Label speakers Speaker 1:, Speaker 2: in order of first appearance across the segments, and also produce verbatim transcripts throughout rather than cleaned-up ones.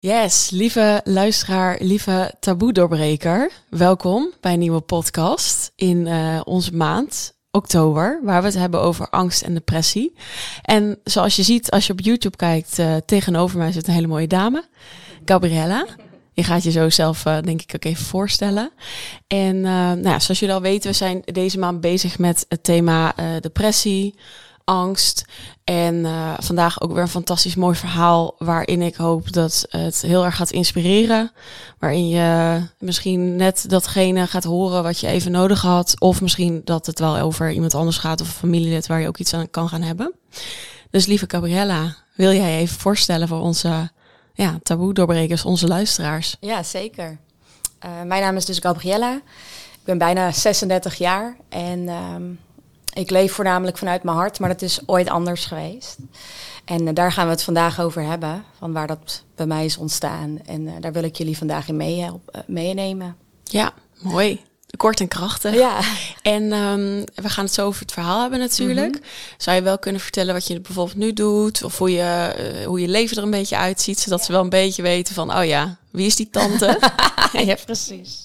Speaker 1: Yes, lieve luisteraar, lieve taboe-doorbreker. Welkom bij een nieuwe podcast in uh, onze maand oktober, waar we het hebben over angst en depressie. En zoals je ziet, als je op YouTube kijkt, uh, tegenover mij zit een hele mooie dame, Gabriella. Je gaat je zo zelf, uh, denk ik, ook even voorstellen. En uh, nou ja, zoals jullie al weten, we zijn deze maand bezig met het thema uh, depressie, angst. En uh, vandaag ook weer een fantastisch mooi verhaal waarin ik hoop dat het heel erg gaat inspireren. Waarin je misschien net datgene gaat horen wat je even nodig had. Of misschien dat het wel over iemand anders gaat of een familielid waar je ook iets aan kan gaan hebben. Dus lieve Gabriella, wil jij even voorstellen voor onze ja, taboe-doorbrekers, onze luisteraars?
Speaker 2: Ja, zeker. Uh, mijn naam is dus Gabriella. Ik ben bijna zesendertig jaar en Um, Ik leef voornamelijk vanuit mijn hart, maar dat is ooit anders geweest. En uh, daar gaan we het vandaag over hebben, van waar dat bij mij is ontstaan. En uh, daar wil ik jullie vandaag in mee, uh, meenemen.
Speaker 1: Ja, mooi. Kort en krachtig.
Speaker 2: Ja.
Speaker 1: En um, we gaan het zo over het verhaal hebben natuurlijk. Mm-hmm. Zou je wel kunnen vertellen wat je bijvoorbeeld nu doet? Of hoe je, uh, hoe je leven er een beetje uitziet, zodat ja. ze wel een beetje weten van, oh ja, wie is die tante?
Speaker 2: Ja, precies.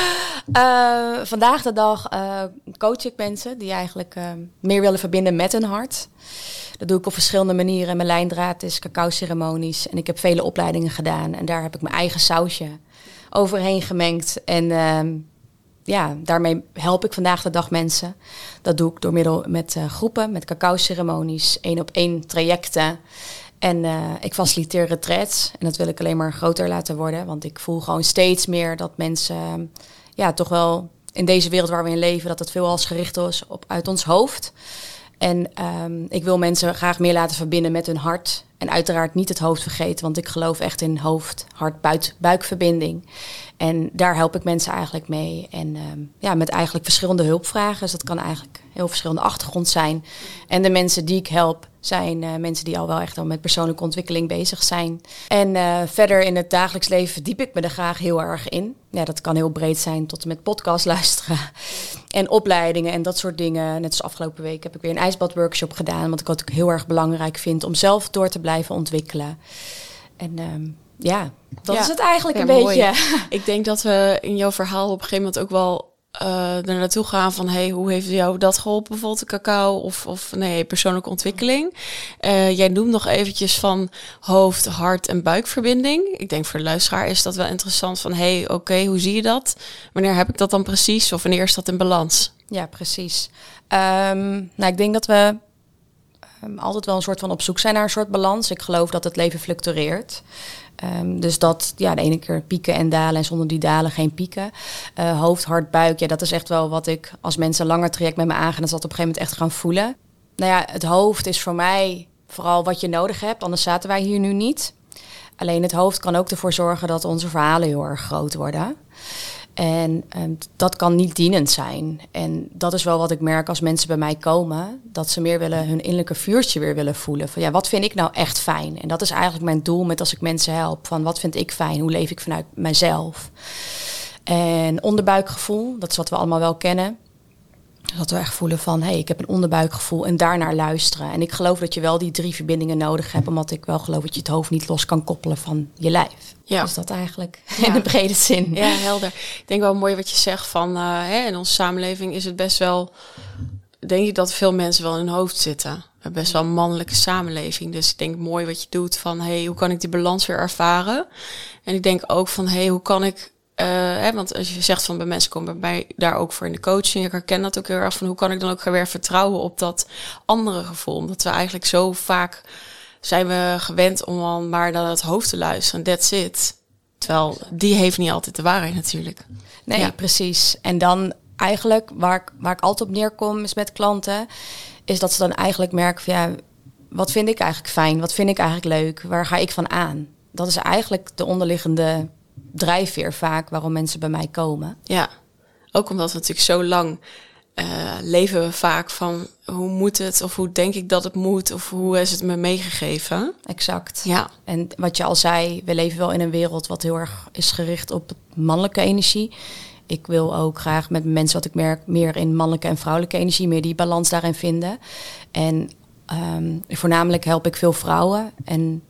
Speaker 2: Uh, vandaag de dag uh, coach ik mensen die eigenlijk uh, meer willen verbinden met hun hart. Dat doe ik op verschillende manieren. Mijn lijndraad is cacao-ceremonies. En ik heb vele opleidingen gedaan. En daar heb ik mijn eigen sausje overheen gemengd. En uh, ja, daarmee help ik vandaag de dag mensen. Dat doe ik door middel met uh, groepen, met cacao-ceremonies, één op één trajecten. En uh, ik faciliteer retraits. En dat wil ik alleen maar groter laten worden. Want ik voel gewoon steeds meer dat mensen Uh, ja, toch wel in deze wereld waar we in leven, dat het veel als gericht is op uit ons hoofd. En um, ik wil mensen graag meer laten verbinden met hun hart. En uiteraard niet het hoofd vergeten, want ik geloof echt in hoofd, hart, buik, buikverbinding. En daar help ik mensen eigenlijk mee. En um, ja, met eigenlijk verschillende hulpvragen. Dus dat kan eigenlijk heel verschillende achtergrond zijn. En de mensen die ik help zijn uh, mensen die al wel echt al met persoonlijke ontwikkeling bezig zijn. En uh, verder in het dagelijks leven verdiep ik me er graag heel erg in. Ja, dat kan heel breed zijn, tot en met podcast luisteren en opleidingen en dat soort dingen. Net als afgelopen week heb ik weer een ijsbadworkshop gedaan, wat ik ook heel erg belangrijk vind om zelf door te blijven ontwikkelen. En um, ja, dat ja, is het eigenlijk ja, een mooi. beetje.
Speaker 1: Ik denk dat we in jouw verhaal op een gegeven moment ook wel Uh, er naartoe gaan van, hey, hoe heeft jou dat geholpen? Bijvoorbeeld de cacao of, of nee, persoonlijke ontwikkeling. Uh, jij noemt nog eventjes van hoofd, hart en buikverbinding. Ik denk voor de luisteraar is dat wel interessant van, hey, oké, okay, hoe zie je dat? Wanneer heb ik dat dan precies? Of wanneer is dat in balans?
Speaker 2: Ja, precies. Um, nou, ik denk dat we um, altijd wel een soort van op zoek zijn naar een soort balans. Ik geloof dat het leven fluctueert. Um, dus dat, ja, de ene keer pieken en dalen en zonder die dalen geen pieken. Uh, hoofd, hart, buik, ja, dat is echt wel wat ik als mensen een langer traject met me aangaan, dan zal het op een gegeven moment echt gaan voelen. Nou ja, het hoofd is voor mij vooral wat je nodig hebt, anders zaten wij hier nu niet. Alleen het hoofd kan ook ervoor zorgen dat onze verhalen heel erg groot worden. En um, dat kan niet dienend zijn. En dat is wel wat ik merk als mensen bij mij komen. Dat ze meer willen hun innerlijke vuurtje weer willen voelen. Van ja, wat vind ik nou echt fijn? En dat is eigenlijk mijn doel met als ik mensen help. Van wat vind ik fijn? Hoe leef ik vanuit mijzelf? En onderbuikgevoel, dat is wat we allemaal wel kennen. Dat we echt voelen van, hé, hey, ik heb een onderbuikgevoel en daarnaar luisteren. En ik geloof dat je wel die drie verbindingen nodig hebt, omdat ik wel geloof dat je het hoofd niet los kan koppelen van je lijf. Ja. Dus dat eigenlijk ja. in de brede zin.
Speaker 1: Ja, helder. Ik denk wel mooi wat je zegt van, uh, hè, in onze samenleving is het best wel, denk ik dat veel mensen wel in hun hoofd zitten. We hebben best wel een mannelijke samenleving. Dus ik denk mooi wat je doet van, hé, hey, hoe kan ik die balans weer ervaren? En ik denk ook van, hé, hey, hoe kan ik Uh, hè, want als je zegt van bij mensen komen bij mij daar ook voor in de coaching. Ik herken dat ook heel erg van hoe kan ik dan ook weer vertrouwen op dat andere gevoel. Omdat we eigenlijk zo vaak zijn we gewend om dan maar naar het hoofd te luisteren. That's it. Terwijl die heeft niet altijd de waarheid natuurlijk.
Speaker 2: Nee, ja. Precies. En dan eigenlijk waar ik, waar ik altijd op neerkom is met klanten. Is dat ze dan eigenlijk merken van ja, wat vind ik eigenlijk fijn? Wat vind ik eigenlijk leuk? Waar ga ik van aan? Dat is eigenlijk de onderliggende drijfveer vaak waarom mensen bij mij komen.
Speaker 1: Ja, ook omdat we natuurlijk zo lang uh, leven we vaak van hoe moet het of hoe denk ik dat het moet of hoe is het me meegegeven.
Speaker 2: Exact.
Speaker 1: Ja.
Speaker 2: En wat je al zei, we leven wel in een wereld wat heel erg is gericht op mannelijke energie. Ik wil ook graag met mensen wat ik merk meer in mannelijke en vrouwelijke energie, meer die balans daarin vinden. En um, voornamelijk help ik veel vrouwen en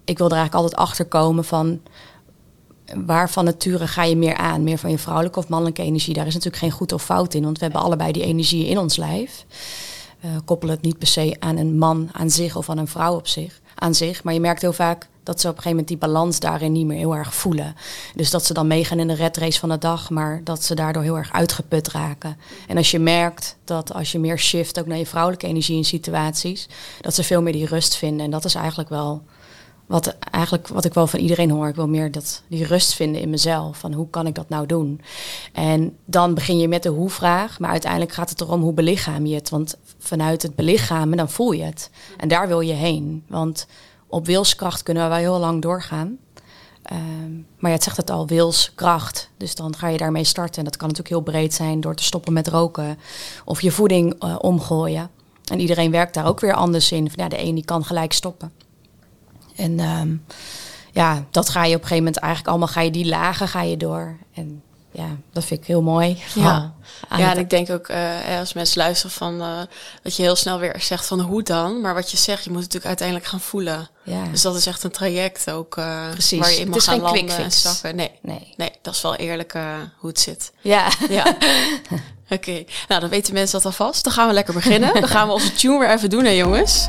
Speaker 2: ik wil er eigenlijk altijd achter komen van waar van nature ga je meer aan? Meer van je vrouwelijke of mannelijke energie? Daar is natuurlijk geen goed of fout in, want we hebben allebei die energieën in ons lijf. Uh, koppel het niet per se aan een man aan zich of aan een vrouw op zich, aan zich. Maar je merkt heel vaak dat ze op een gegeven moment die balans daarin niet meer heel erg voelen. Dus dat ze dan meegaan in de red race van de dag, maar dat ze daardoor heel erg uitgeput raken. En als je merkt dat als je meer shift ook naar je vrouwelijke energie in situaties, dat ze veel meer die rust vinden. En dat is eigenlijk wel wat, eigenlijk wat ik wel van iedereen hoor. Ik wil meer dat, die rust vinden in mezelf. Van hoe kan ik dat nou doen? En dan begin je met de hoe-vraag. Maar uiteindelijk gaat het erom hoe belichaam je het. Want vanuit het belichamen, dan voel je het. En daar wil je heen. Want op wilskracht kunnen we wel heel lang doorgaan. Um, maar ja, het zegt het al, wilskracht. Dus dan ga je daarmee starten. En dat kan natuurlijk heel breed zijn door te stoppen met roken. Of je voeding uh, omgooien. En iedereen werkt daar ook weer anders in. Ja, de een die kan gelijk stoppen. En um, ja, dat ga je op een gegeven moment eigenlijk allemaal, ga je die lagen ga je door. En ja, dat vind ik heel mooi.
Speaker 1: Ja, ja en ik denk ook uh, als mensen luisteren van uh, dat je heel snel weer zegt van hoe dan. Maar wat je zegt, je moet het natuurlijk uiteindelijk gaan voelen. Ja. Dus dat is echt een traject ook uh,
Speaker 2: Precies.
Speaker 1: waar je in mag
Speaker 2: het is
Speaker 1: gaan
Speaker 2: geen
Speaker 1: landen
Speaker 2: quick fix.
Speaker 1: en zakken. Nee,
Speaker 2: nee.
Speaker 1: nee, dat is wel eerlijk uh, hoe het zit.
Speaker 2: Ja.
Speaker 1: ja. Oké, okay. Nou dan weten mensen dat alvast. Dan gaan we lekker beginnen. Dan gaan we onze tune weer even doen hè jongens.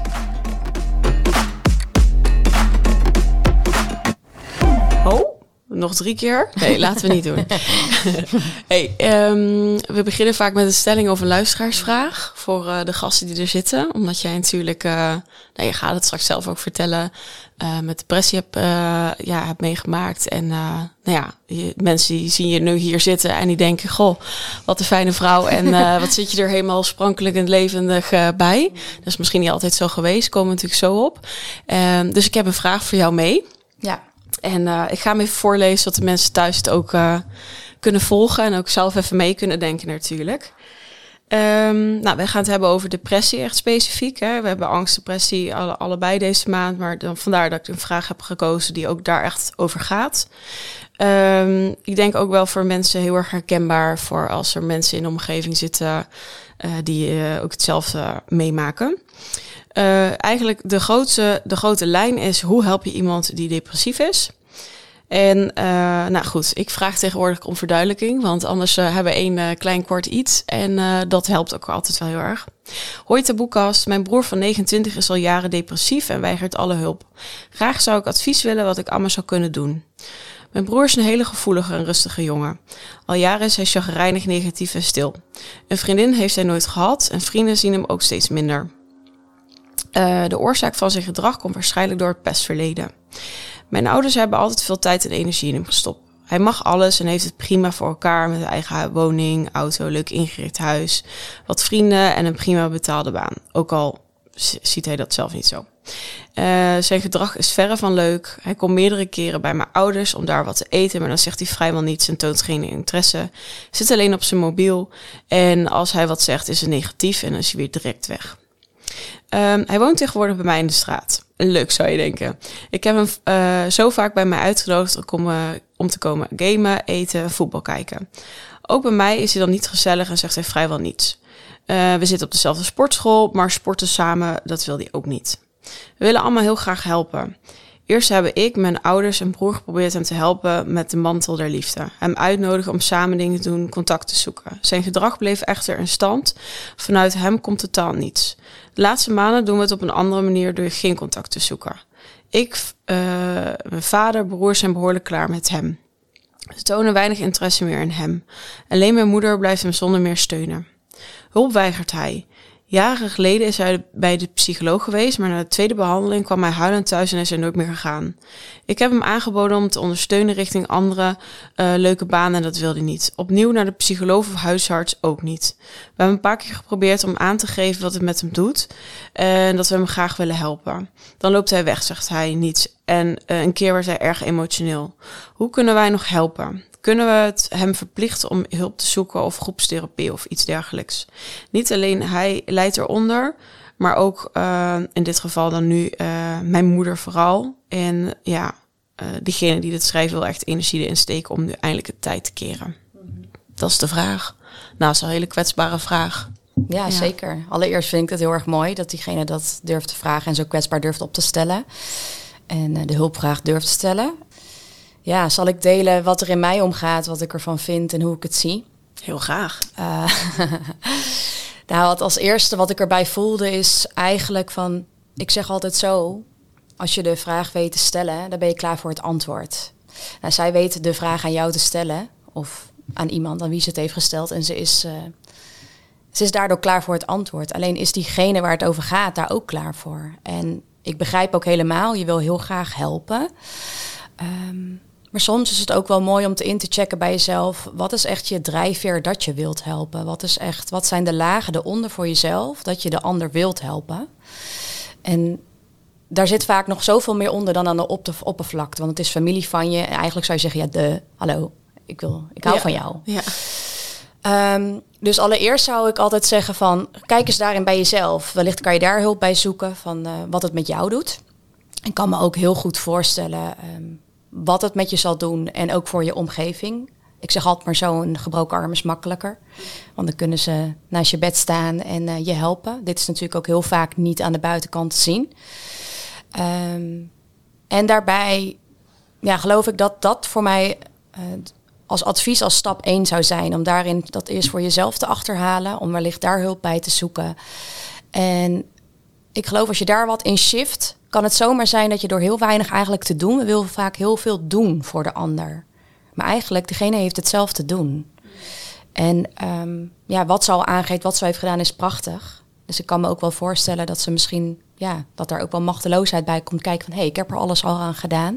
Speaker 1: Oh, nog drie keer? Nee, laten we niet doen. hey, um, we beginnen vaak met een stelling of een luisteraarsvraag voor uh, de gasten die er zitten. Omdat jij natuurlijk, uh, nou, je gaat het straks zelf ook vertellen, uh, met depressie hebt, uh, ja, hebt meegemaakt. En uh, nou ja, je, mensen die zien je nu hier zitten en die denken, goh, wat een fijne vrouw. En uh, wat zit je er helemaal sprankelijk en levendig uh, bij. Dat is misschien niet altijd zo geweest, komen we natuurlijk zo op. Um, dus ik heb een vraag voor jou mee.
Speaker 2: Ja.
Speaker 1: En uh, ik ga hem even voorlezen, zodat de mensen thuis het ook uh, kunnen volgen. En ook zelf even mee kunnen denken natuurlijk. Um, nou, wij gaan het hebben over depressie echt specifiek. Hè. We hebben angst, depressie alle, allebei deze maand. Maar dan vandaar dat ik een vraag heb gekozen die ook daar echt over gaat. Um, ik denk ook wel voor mensen heel erg herkenbaar. Voor als er mensen in de omgeving zitten uh, die uh, ook hetzelfde meemaken. Uh, eigenlijk de grootste, de grote lijn is, hoe help je iemand die depressief is? En uh, nou goed, ik vraag tegenwoordig om verduidelijking, want anders uh, hebben we één uh, klein kort iets. En uh, dat helpt ook altijd wel heel erg. Hoi Taboekast, mijn broer van negenentwintig is al jaren depressief en weigert alle hulp. Graag zou ik advies willen wat ik allemaal zou kunnen doen. Mijn broer is een hele gevoelige en rustige jongen. Al jaren is hij chagrijnig, negatief en stil. Een vriendin heeft hij nooit gehad en vrienden zien hem ook steeds minder. Uh, de oorzaak van zijn gedrag komt waarschijnlijk door het pestverleden. Mijn ouders hebben altijd veel tijd en energie in hem gestopt. Hij mag alles en heeft het prima voor elkaar met een eigen woning, auto, leuk ingericht huis, wat vrienden en een prima betaalde baan. Ook al ziet hij dat zelf niet zo. Uh, zijn gedrag is verre van leuk. Hij komt meerdere keren bij mijn ouders om daar wat te eten, maar dan zegt hij vrijwel niets en toont geen interesse. Zit alleen op zijn mobiel en als hij wat zegt is het negatief en dan is hij weer direct weg. Um, hij woont tegenwoordig bij mij in de straat. Leuk zou je denken. Ik heb hem uh, zo vaak bij mij uitgenodigd om, uh, om te komen gamen, eten en voetbal kijken. Ook bij mij is hij dan niet gezellig en zegt hij vrijwel niets. Uh, we zitten op dezelfde sportschool, maar sporten samen, dat wil hij ook niet. We willen allemaal heel graag helpen. Eerst hebben ik, mijn ouders en broer geprobeerd hem te helpen met de mantel der liefde. Hem uitnodigen om samen dingen te doen, contact te zoeken. Zijn gedrag bleef echter in stand. Vanuit hem komt totaal niets. De laatste maanden doen we het op een andere manier door geen contact te zoeken. Ik, uh, mijn vader, broers zijn behoorlijk klaar met hem. Ze tonen weinig interesse meer in hem. Alleen mijn moeder blijft hem zonder meer steunen. Hulp weigert hij. Jaren geleden is hij bij de psycholoog geweest, maar na de tweede behandeling kwam hij huilend thuis en is er nooit meer gegaan. Ik heb hem aangeboden om te ondersteunen richting andere uh, leuke banen en dat wilde hij niet. Opnieuw naar de psycholoog of huisarts ook niet. We hebben een paar keer geprobeerd om aan te geven wat het met hem doet en dat we hem graag willen helpen. Dan loopt hij weg, zegt hij niets. En uh, een keer werd hij erg emotioneel. Hoe kunnen wij nog helpen? Kunnen we het hem verplichten om hulp te zoeken of groepstherapie of iets dergelijks? Niet alleen hij lijdt eronder, maar ook uh, in dit geval dan nu uh, mijn moeder vooral. En ja, uh, diegene die dit schrijft wil echt energie erin steken om nu eindelijk het tijd te keren. Mm-hmm. Dat is de vraag. Nou, dat is een hele kwetsbare vraag.
Speaker 2: Ja, ja, zeker. Allereerst vind ik het heel erg mooi dat diegene dat durft te vragen en zo kwetsbaar durft op te stellen. en uh, de hulpvraag durf te stellen. Ja, zal ik delen wat er in mij omgaat, wat ik ervan vind en hoe ik het zie?
Speaker 1: Heel graag.
Speaker 2: Uh, nou, wat als eerste wat ik erbij voelde is eigenlijk van... Ik zeg altijd zo, als je de vraag weet te stellen, dan ben je klaar voor het antwoord. Nou, zij weet de vraag aan jou te stellen, of aan iemand aan wie ze het heeft gesteld. En ze is, uh, ze is daardoor klaar voor het antwoord. Alleen is diegene waar het over gaat daar ook klaar voor. En ik begrijp ook helemaal, je wil heel graag helpen. Um, maar soms is het ook wel mooi om te in te checken bij jezelf. Wat is echt je drijfveer dat je wilt helpen? Wat is echt, wat zijn de lagen eronder voor jezelf dat je de ander wilt helpen? En daar zit vaak nog zoveel meer onder dan aan de op de oppervlakte. Want het is familie van je. En eigenlijk zou je zeggen, ja, de, hallo, ik, wil, ik hou
Speaker 1: ja.
Speaker 2: van jou.
Speaker 1: Ja.
Speaker 2: Um, dus allereerst zou ik altijd zeggen van, kijk eens daarin bij jezelf. Wellicht kan je daar hulp bij zoeken van uh, wat het met jou doet. Ik kan me ook heel goed voorstellen um, wat het met je zal doen. En ook voor je omgeving. Ik zeg altijd maar zo, een gebroken arm is makkelijker. Want dan kunnen ze naast je bed staan en uh, je helpen. Dit is natuurlijk ook heel vaak niet aan de buitenkant te zien. Um, en daarbij ja, geloof ik dat dat voor mij uh, als advies als stap één zou zijn. Om daarin dat eerst voor jezelf te achterhalen. Om wellicht daar hulp bij te zoeken. En ik geloof als je daar wat in shift, kan het zomaar zijn dat je door heel weinig eigenlijk te doen. We willen vaak heel veel doen voor de ander. Maar eigenlijk, degene heeft het zelf te doen. En um, ja, wat ze al aangeeft, wat ze heeft gedaan, is prachtig. Dus ik kan me ook wel voorstellen dat ze misschien, ja, dat er ook wel machteloosheid bij komt kijken van, hé, hey, ik heb er alles al aan gedaan.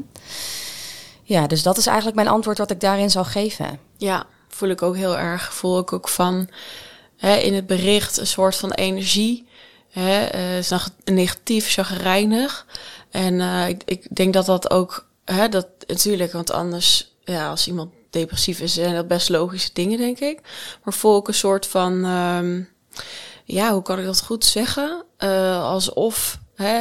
Speaker 2: Ja, dus dat is eigenlijk mijn antwoord wat ik daarin zou geven.
Speaker 1: Ja, voel ik ook heel erg. Voel ik ook van, hè, in het bericht een soort van energie. Hè, uh, is nog negatief, chagrijnig. En uh, ik, ik denk dat dat ook, hè, dat natuurlijk, want anders... Ja, als iemand depressief is, zijn dat best logische dingen, denk ik. Maar voel ik een soort van... Um, ja, hoe kan ik dat goed zeggen? Uh, alsof hè,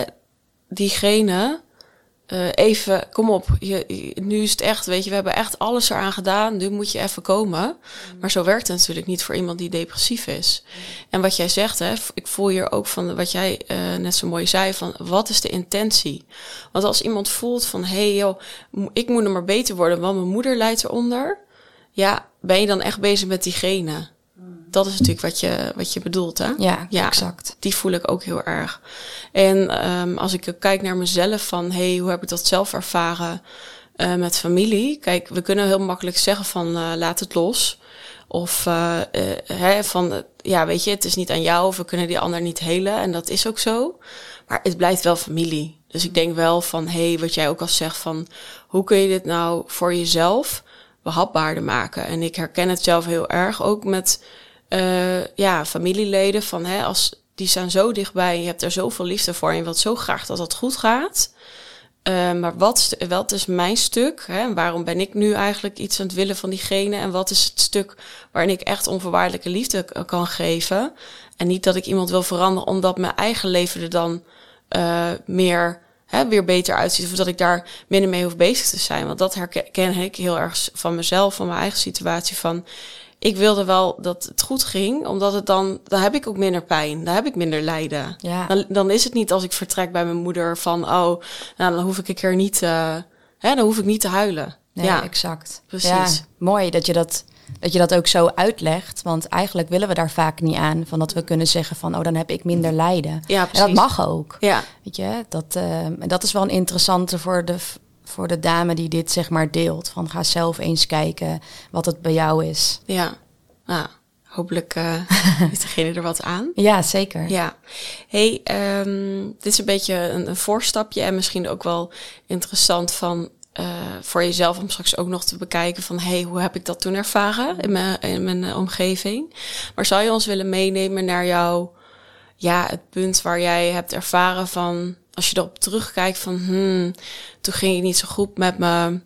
Speaker 1: diegene... Uh, even, kom op, je, je, nu is het echt, weet je, we hebben echt alles eraan gedaan. Nu moet je even komen. Mm. Maar zo werkt het natuurlijk niet voor iemand die depressief is. Mm. En wat jij zegt, hè, ik voel hier ook van wat jij uh, net zo mooi zei, van wat is de intentie? Want als iemand voelt van, hé hey, joh, ik moet er maar beter worden, want mijn moeder lijdt eronder. Ja, ben je dan echt bezig met diegene? Dat is natuurlijk wat je, wat je bedoelt, hè?
Speaker 2: Ja, ja, exact.
Speaker 1: Die voel ik ook heel erg. En um, als ik kijk naar mezelf van... hey, hoe heb ik dat zelf ervaren uh, met familie? Kijk, we kunnen heel makkelijk zeggen van... Uh, laat het los. Of uh, uh, hè, van... Uh, ja, weet je, het is niet aan jou... of we kunnen die ander niet helen. En dat is ook zo. Maar het blijft wel familie. Dus ik denk wel van... hey, wat jij ook al zegt van... hoe kun je dit nou voor jezelf behapbaarder maken? En ik herken het zelf heel erg ook met... Uh, ja, familieleden van hè, als die staan zo dichtbij, je hebt er zoveel liefde voor en je wilt zo graag dat het goed gaat. Uh, maar wat, wat is mijn stuk? Hè? Waarom ben ik nu eigenlijk iets aan het willen van diegene? En wat is het stuk waarin ik echt onvoorwaardelijke liefde k- kan geven? En niet dat ik iemand wil veranderen omdat mijn eigen leven er dan uh, meer hè, weer beter uitziet. Of dat ik daar minder mee hoef bezig te zijn. Want dat herken ik heel erg van mezelf, van mijn eigen situatie van... Ik wilde wel dat het goed ging, omdat het dan... Dan heb ik ook minder pijn, dan heb ik minder lijden.
Speaker 2: Ja.
Speaker 1: Dan, dan is het niet als ik vertrek bij mijn moeder van... oh, nou, dan hoef ik een keer niet... Uh, hè, dan hoef ik niet te huilen.
Speaker 2: Nee,
Speaker 1: ja,
Speaker 2: exact.
Speaker 1: Precies.
Speaker 2: Ja, mooi dat je dat, dat je dat ook zo uitlegt. Want eigenlijk willen we daar vaak niet aan. Van dat we kunnen zeggen van, oh, dan heb ik minder lijden.
Speaker 1: Ja, precies.
Speaker 2: En dat mag ook.
Speaker 1: Ja.
Speaker 2: Weet je, dat, uh, en dat is wel een interessante voor de... voor de dame die dit zeg maar deelt. Van ga zelf eens kijken wat het bij jou is.
Speaker 1: Ja, nou, hopelijk uh, heeft degene er wat aan.
Speaker 2: Ja, zeker.
Speaker 1: Ja. Hey, um, dit is een beetje een, een voorstapje en misschien ook wel interessant van uh, voor jezelf om straks ook nog te bekijken van hey, hoe heb ik dat toen ervaren in mijn, in mijn uh, omgeving? Maar zou je ons willen meenemen naar jouw, ja, het punt waar jij hebt ervaren van als je erop terugkijkt van, hmm, toen ging ik niet zo goed met me.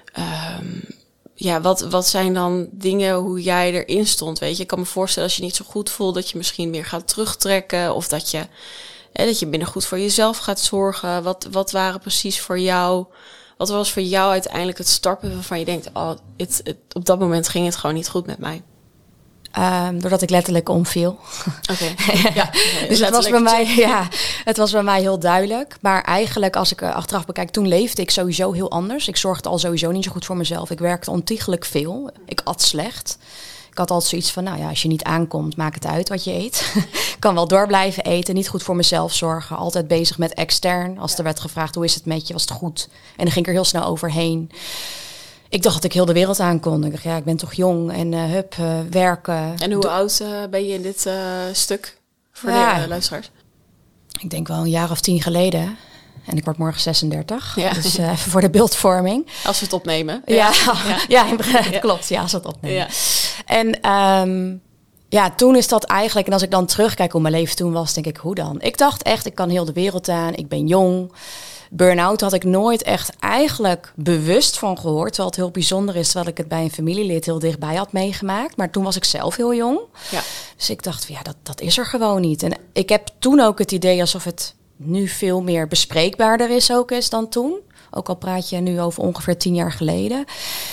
Speaker 1: Um, ja, wat, wat zijn dan dingen hoe jij erin stond? Weet je, ik kan me voorstellen als je niet zo goed voelt, dat je misschien meer gaat terugtrekken. Of dat je, hè, dat je minder goed voor jezelf gaat zorgen. Wat, wat waren precies voor jou, wat was voor jou uiteindelijk het startpunt waarvan je denkt, oh, het, het, op dat moment ging het gewoon niet goed met mij?
Speaker 2: Um, doordat ik letterlijk omviel.
Speaker 1: Oké. Okay. Ja,
Speaker 2: dus het was, bij mij, ja, het was bij mij heel duidelijk. Maar eigenlijk, als ik er achteraf bekijk, toen leefde ik sowieso heel anders. Ik zorgde al sowieso niet zo goed voor mezelf. Ik werkte ontiegelijk veel. Ik at slecht. Ik had altijd zoiets van, nou ja, als je niet aankomt, maak het uit wat je eet. Ik kan wel door blijven eten, niet goed voor mezelf zorgen. Altijd bezig met extern. Als er werd gevraagd, hoe is het met je, was het goed? En dan ging ik er heel snel overheen. Ik dacht dat ik heel de wereld aan kon. Ik dacht, ja, ik ben toch jong en uh, hup, uh, werken.
Speaker 1: En hoe
Speaker 2: Do-
Speaker 1: oud uh, ben je in dit uh, stuk voor
Speaker 2: ja,
Speaker 1: de uh, luisteraars?
Speaker 2: Ik denk wel een jaar of tien geleden. En ik word morgen zesendertig.
Speaker 1: Ja.
Speaker 2: Dus uh, even voor de beeldvorming.
Speaker 1: Als we het opnemen.
Speaker 2: Ja, ja, ja. ja,
Speaker 1: ja.
Speaker 2: klopt. Ja, als we het opnemen.
Speaker 1: Ja.
Speaker 2: En um, ja, toen is dat eigenlijk... En als ik dan terugkijk hoe mijn leven toen was, denk ik, hoe dan? Ik dacht echt, ik kan heel de wereld aan. Ik ben jong. Burn-out had ik nooit echt eigenlijk bewust van gehoord. Terwijl het heel bijzonder is, terwijl ik het bij een familielid heel dichtbij had meegemaakt. Maar toen was ik zelf heel jong.
Speaker 1: Ja.
Speaker 2: Dus ik dacht, ja, dat, dat is er gewoon niet. En ik heb toen ook het idee alsof het nu veel meer bespreekbaarder is ook is dan toen. Ook al praat je nu over ongeveer tien jaar geleden.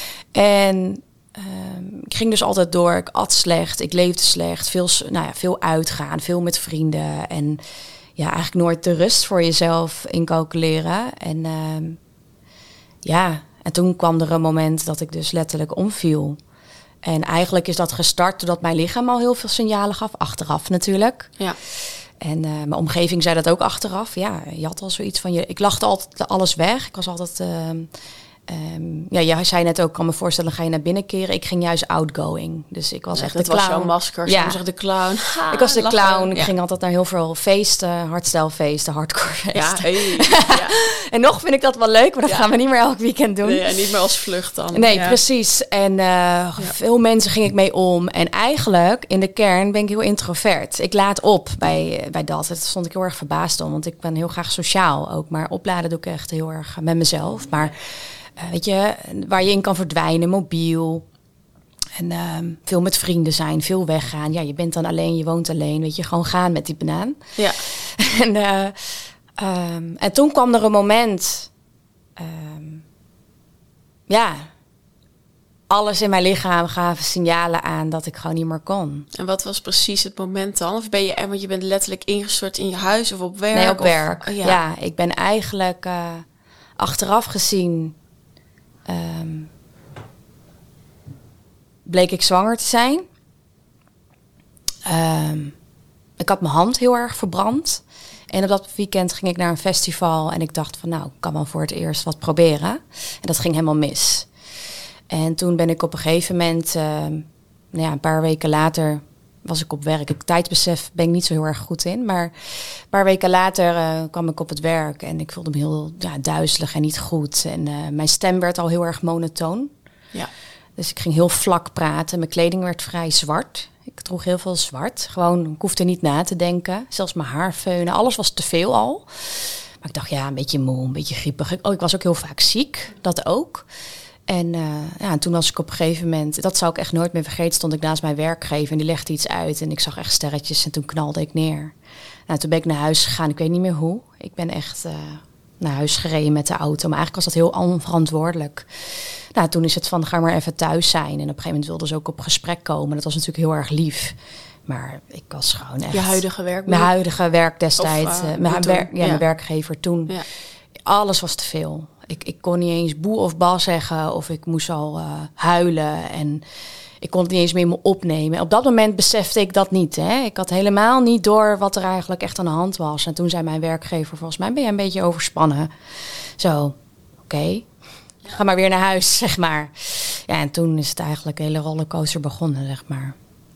Speaker 2: En um, ik ging dus altijd door. Ik at slecht, ik leefde slecht. Veel, nou ja, veel uitgaan, veel met vrienden. En ja, eigenlijk nooit de rust voor jezelf incalculeren. En um, ja, en toen kwam er een moment dat ik dus letterlijk omviel. En eigenlijk is dat gestart doordat mijn lichaam al heel veel signalen gaf. Achteraf natuurlijk.
Speaker 1: Ja.
Speaker 2: En uh, mijn omgeving zei dat ook achteraf. Ja, je had al zoiets van... je. Ik lachte altijd alles weg. Ik was altijd... Uh, um, ja, jij zei net ook, kan me voorstellen, ga je naar binnen keren. Ik ging juist outgoing. Dus ik was
Speaker 1: ja,
Speaker 2: echt
Speaker 1: dat
Speaker 2: de clown.
Speaker 1: was jouw masker,
Speaker 2: ja.
Speaker 1: zeg de clown. Ha,
Speaker 2: ik was de
Speaker 1: lachen.
Speaker 2: clown. Ik
Speaker 1: ja.
Speaker 2: ging altijd naar heel veel feesten. Hardstylefeesten, hardcore feesten.
Speaker 1: Ja, hey. ja.
Speaker 2: En nog vind ik dat wel leuk, maar dat
Speaker 1: ja.
Speaker 2: gaan we niet meer elk weekend doen.
Speaker 1: Nee, en niet meer als vlucht dan.
Speaker 2: Nee,
Speaker 1: ja.
Speaker 2: precies. En uh, ja. veel mensen ging ik mee om. En eigenlijk, in de kern, ben ik heel introvert. Ik laat op bij, bij dat. Daar stond ik heel erg verbaasd om. Want ik ben heel graag sociaal ook. Maar opladen doe ik echt heel erg met mezelf. Maar uh, weet je, waar je in kan verdwijnen, mobiel. En uh, veel met vrienden zijn, veel weggaan. Ja, je bent dan alleen, je woont alleen. Weet je, gewoon gaan met die banaan.
Speaker 1: Ja.
Speaker 2: en, uh, um, en toen kwam er een moment... Um, ja... Alles in mijn lichaam gaven signalen aan dat ik gewoon niet meer kon.
Speaker 1: En wat was precies het moment dan? Of ben je, want je bent letterlijk ingestort in je huis of op werk?
Speaker 2: Nee, op
Speaker 1: of,
Speaker 2: werk.
Speaker 1: Oh, ja.
Speaker 2: ja, ik ben eigenlijk uh, achteraf gezien... Um, bleek ik zwanger te zijn. Um, ik had mijn hand heel erg verbrand. En op dat weekend ging ik naar een festival. En ik dacht van nou, ik kan wel voor het eerst wat proberen. En dat ging helemaal mis. En toen ben ik op een gegeven moment, uh, nou ja, een paar weken later was ik op werk. Ik tijdsbesef ben ik niet zo heel erg goed in. Maar een paar weken later uh, kwam ik op het werk en ik voelde me heel ja, duizelig en niet goed. En uh, mijn stem werd al heel erg monotoon.
Speaker 1: Ja.
Speaker 2: Dus ik ging heel vlak praten. Mijn kleding werd vrij zwart. Ik droeg heel veel zwart. Gewoon, ik hoefde niet na te denken. Zelfs mijn haar feunen, alles was te veel al. Maar ik dacht, ja, een beetje moe, een beetje griepig. Oh, ik was ook heel vaak ziek, dat ook. En, uh, ja, en toen was ik op een gegeven moment... dat zou ik echt nooit meer vergeten... stond ik naast mijn werkgever en die legde iets uit... en ik zag echt sterretjes en toen knalde ik neer. Nou, toen ben ik naar huis gegaan. Ik weet niet meer hoe. Ik ben echt uh, naar huis gereden met de auto. Maar eigenlijk was dat heel onverantwoordelijk. Nou, toen is het van, ga maar even thuis zijn. En op een gegeven moment wilden ze ook op gesprek komen. Dat was natuurlijk heel erg lief. Maar ik was gewoon echt...
Speaker 1: Je huidige werk?
Speaker 2: Mijn huidige werk destijds.
Speaker 1: Of, uh,
Speaker 2: uh, mijn, wer- ja,
Speaker 1: ja.
Speaker 2: mijn werkgever toen.
Speaker 1: Ja.
Speaker 2: Alles was te veel. Ik, ik kon niet eens boe of ba zeggen of ik moest al uh, huilen en ik kon het niet eens meer me opnemen. Op dat moment besefte ik dat niet. Hè. Ik had helemaal niet door wat er eigenlijk echt aan de hand was. En toen zei mijn werkgever, volgens mij ben je een beetje overspannen. Zo, oké, okay. Ga maar weer naar huis, zeg maar. Ja, en toen is het eigenlijk een hele rollercoaster begonnen, zeg maar.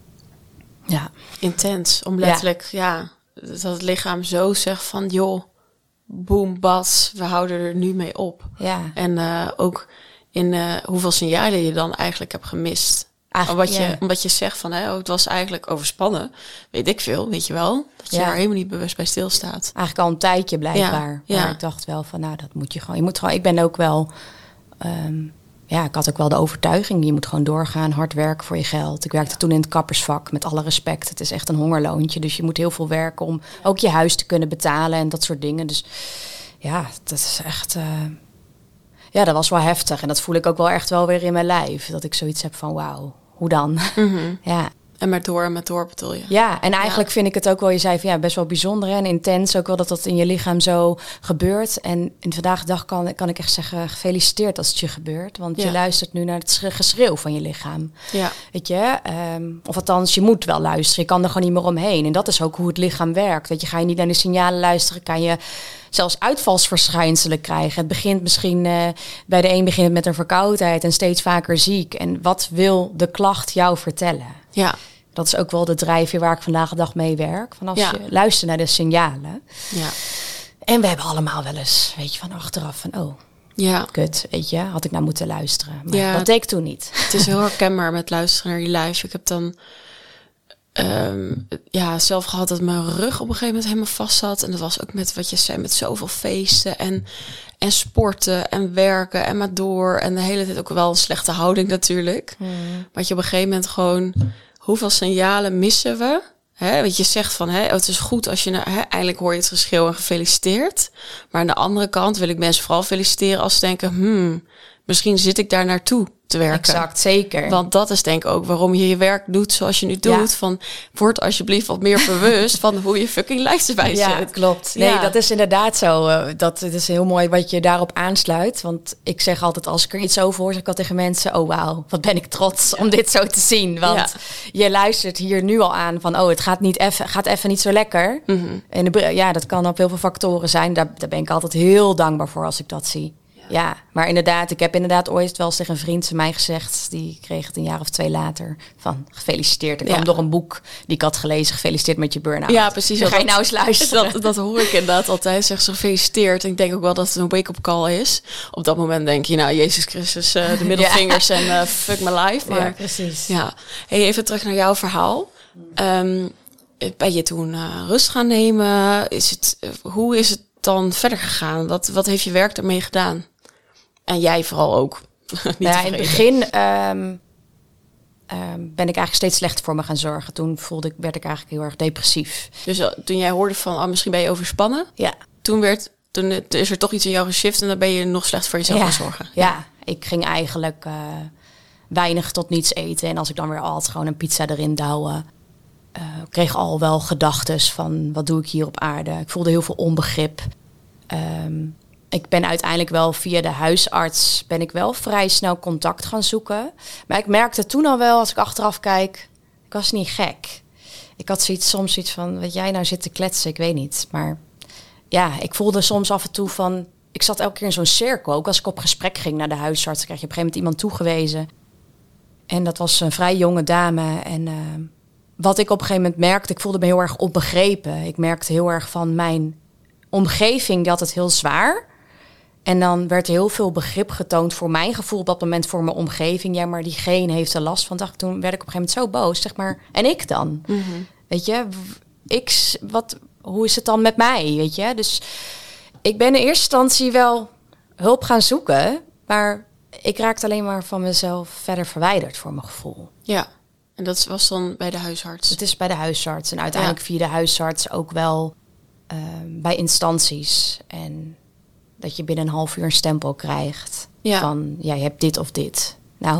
Speaker 2: Ja.
Speaker 1: Intens, om letterlijk, ja, ja dat het lichaam zo zegt van, joh, boom, bats, we houden er nu mee op.
Speaker 2: Ja.
Speaker 1: En uh, ook in uh, hoeveel signalen je dan eigenlijk hebt gemist. Omdat je, ja. omdat je zegt van, hè, oh, het was eigenlijk overspannen. Weet ik veel, weet je wel. Dat je ja. daar helemaal niet bewust bij stilstaat.
Speaker 2: Eigenlijk al een tijdje blijkbaar. Ja. Maar ja. ik dacht wel van, nou, dat moet je gewoon. Je moet gewoon. Ik ben ook wel... Um, ja, ik had ook wel de overtuiging. Je moet gewoon doorgaan, hard werken voor je geld. Ik werkte toen in het kappersvak, met alle respect. Het is echt een hongerloontje. Dus je moet heel veel werken om ook je huis te kunnen betalen en dat soort dingen. Dus ja, dat is echt... Uh, ja, dat was wel heftig. En dat voel ik ook wel echt wel weer in mijn lijf. Dat ik zoiets heb van, wauw, hoe dan?
Speaker 1: Mm-hmm.
Speaker 2: Ja.
Speaker 1: En met door en met door bedoel je?
Speaker 2: Ja, en eigenlijk ja. vind ik het ook wel, je zei van ja, best wel bijzonder en intens. Ook wel dat dat in je lichaam zo gebeurt. En in vandaag de dag kan, kan ik echt zeggen, gefeliciteerd als het je gebeurt. Want ja. je luistert nu naar het geschreeuw van je lichaam. Ja. Weet je? Um, of althans, je moet wel luisteren. Je kan er gewoon niet meer omheen. En dat is ook hoe het lichaam werkt. Weet je, ga je niet naar de signalen luisteren, kan je zelfs uitvalsverschijnselen krijgen. Het begint misschien, uh, bij de een begint het met een verkoudheid en steeds vaker ziek. En wat wil de klacht jou vertellen? Ja. Dat is ook wel de drijfveer waar ik vandaag de dag mee werk. Van als ja. je luistert naar de signalen. Ja. En we hebben allemaal wel eens, weet je, van achteraf van oh, ja. kut, weet je, had ik nou moeten luisteren. Maar ja. dat deed ik toen niet.
Speaker 1: Het is heel herkenbaar met luisteren naar je lijf. Ik heb dan um, ja, zelf gehad dat mijn rug op een gegeven moment helemaal vast zat. En dat was ook met wat je zei, met zoveel feesten en, en sporten en werken en maar door. En de hele tijd ook wel een slechte houding natuurlijk. Hmm. Maar je op een gegeven moment gewoon, hoeveel signalen missen we? Hè, want je zegt van, hè, oh, het is goed als je, hè, eindelijk hoor je het geschreeuw en gefeliciteerd. Maar aan de andere kant wil ik mensen vooral feliciteren als ze denken, hmm, misschien zit ik daar naartoe te werken.
Speaker 2: Exact, zeker.
Speaker 1: Want dat is denk ik ook waarom je je werk doet zoals je nu doet. Ja. Van, word alsjeblieft wat meer bewust van hoe je fucking lijst erbij zet.
Speaker 2: Ja, klopt. Nee, ja. dat is inderdaad zo. Uh, dat het is heel mooi wat je daarop aansluit. Want ik zeg altijd, als ik er iets over hoor, zeg ik al tegen mensen, oh wauw, wat ben ik trots ja. om dit zo te zien. Want ja. je luistert hier nu al aan van, oh, het gaat niet even, gaat even niet zo lekker. Mm-hmm. En de, ja, dat kan op heel veel factoren zijn. Daar, daar ben ik altijd heel dankbaar voor als ik dat zie. Ja, maar inderdaad, ik heb inderdaad ooit wel eens tegen een vriend van mij gezegd, die kreeg het een jaar of twee later, van gefeliciteerd. Ik kwam ja. door een boek die ik had gelezen, gefeliciteerd met je burn-out.
Speaker 1: Ja, precies.
Speaker 2: Dan ga je nou eens luisteren.
Speaker 1: Dat, dat hoor ik inderdaad altijd, zeg ze gefeliciteerd. En ik denk ook wel dat het een wake-up call is. Op dat moment denk je, nou, Jezus Christus, uh, de middelvingers ja. en uh, fuck my life. Maar,
Speaker 2: ja, precies.
Speaker 1: Ja. Hey, even terug naar jouw verhaal. Um, ben je toen uh, rust gaan nemen? Is het, uh, hoe is het dan verder gegaan? Wat, wat heeft je werk ermee gedaan? En jij vooral ook. Niet
Speaker 2: ja, in het begin um, um, ben ik eigenlijk steeds slechter voor me gaan zorgen. Toen voelde ik, werd ik eigenlijk heel erg depressief.
Speaker 1: Dus uh, toen jij hoorde van, oh, misschien ben je overspannen. Ja. Toen, werd, toen uh, is er toch iets in jou geshift en dan ben je nog slechter voor jezelf
Speaker 2: ja.
Speaker 1: gaan zorgen.
Speaker 2: Ja. ja, ik ging eigenlijk uh, weinig tot niets eten. En als ik dan weer altijd gewoon een pizza erin douwen. Uh, kreeg al wel gedachtes van, wat doe ik hier op aarde? Ik voelde heel veel onbegrip. Um, Ik ben uiteindelijk wel via de huisarts ben ik wel vrij snel contact gaan zoeken. Maar ik merkte toen al wel, als ik achteraf kijk, ik was niet gek. Ik had zoiets, soms zoiets van, wat jij nou zit te kletsen, ik weet niet. Maar ja, ik voelde soms af en toe van, ik zat elke keer in zo'n cirkel. Ook als ik op gesprek ging naar de huisarts, dan kreeg je op een gegeven moment iemand toegewezen. En dat was een vrij jonge dame. En uh, wat ik op een gegeven moment merkte, ik voelde me heel erg onbegrepen. Ik merkte heel erg van mijn omgeving, die had het heel zwaar. En dan werd er heel veel begrip getoond voor mijn gevoel op dat moment voor mijn omgeving. Ja, maar diegene heeft er last van. Dacht, toen werd ik op een gegeven moment zo boos, zeg maar. En ik dan? Mm-hmm. Weet je, ik, wat, hoe is het dan met mij? Weet je, dus ik ben in eerste instantie wel hulp gaan zoeken. Maar ik raakte alleen maar van mezelf verder verwijderd voor mijn gevoel.
Speaker 1: Ja, en dat was dan bij de huisarts?
Speaker 2: Het is bij de huisarts. En uiteindelijk ja. via de huisarts ook wel uh, bij instanties. En dat je binnen een half uur een stempel krijgt. Ja. Van, ja, je hebt dit of dit. Nou,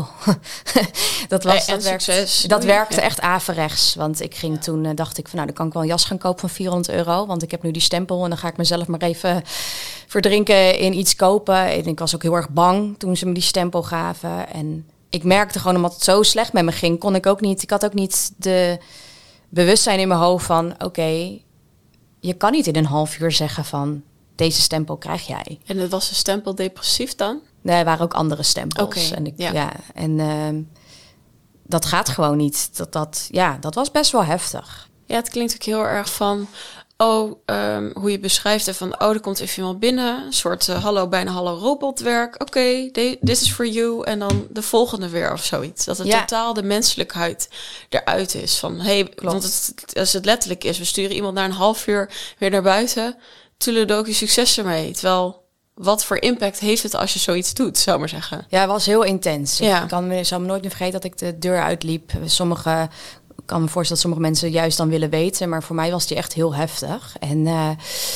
Speaker 2: dat was
Speaker 1: hey,
Speaker 2: dat, werkte, dat werkte echt averechts. Want ik ging ja. toen, uh, dacht ik van, nou, dan kan ik wel een jas gaan kopen van vierhonderd euro. Want ik heb nu die stempel en dan ga ik mezelf maar even verdrinken in iets kopen. En ik was ook heel erg bang toen ze me die stempel gaven. En ik merkte gewoon, omdat het zo slecht met me ging, kon ik ook niet, ik had ook niet de bewustzijn in mijn hoofd van, oké, okay, je kan niet in een half uur zeggen van, deze stempel krijg jij.
Speaker 1: En dat was een stempel depressief dan?
Speaker 2: Nee, er waren ook andere stempels.
Speaker 1: Okay,
Speaker 2: en ik,
Speaker 1: ja.
Speaker 2: ja, en uh, dat gaat gewoon niet. Dat, dat, ja, dat was best wel heftig.
Speaker 1: Ja, het klinkt ook heel erg van, oh, um, hoe je beschrijft van, oh, er komt even iemand binnen, een soort uh, hallo, bijna hallo robotwerk. Oké, okay, this is for you. En dan de volgende weer of zoiets. Dat het ja. totaal de menselijkheid eruit is. Van, hey, want het, als het letterlijk is, we sturen iemand na een half uur weer naar buiten. Toeledoki, succes ermee. Terwijl, wat voor impact heeft het als je zoiets doet, zou ik maar zeggen?
Speaker 2: Ja, het was heel intens. Ja. Ik kan me, zou me nooit meer vergeten dat ik de deur uitliep. Sommige, ik kan me voorstellen dat sommige mensen juist dan willen weten. Maar voor mij was die echt heel heftig. En uh,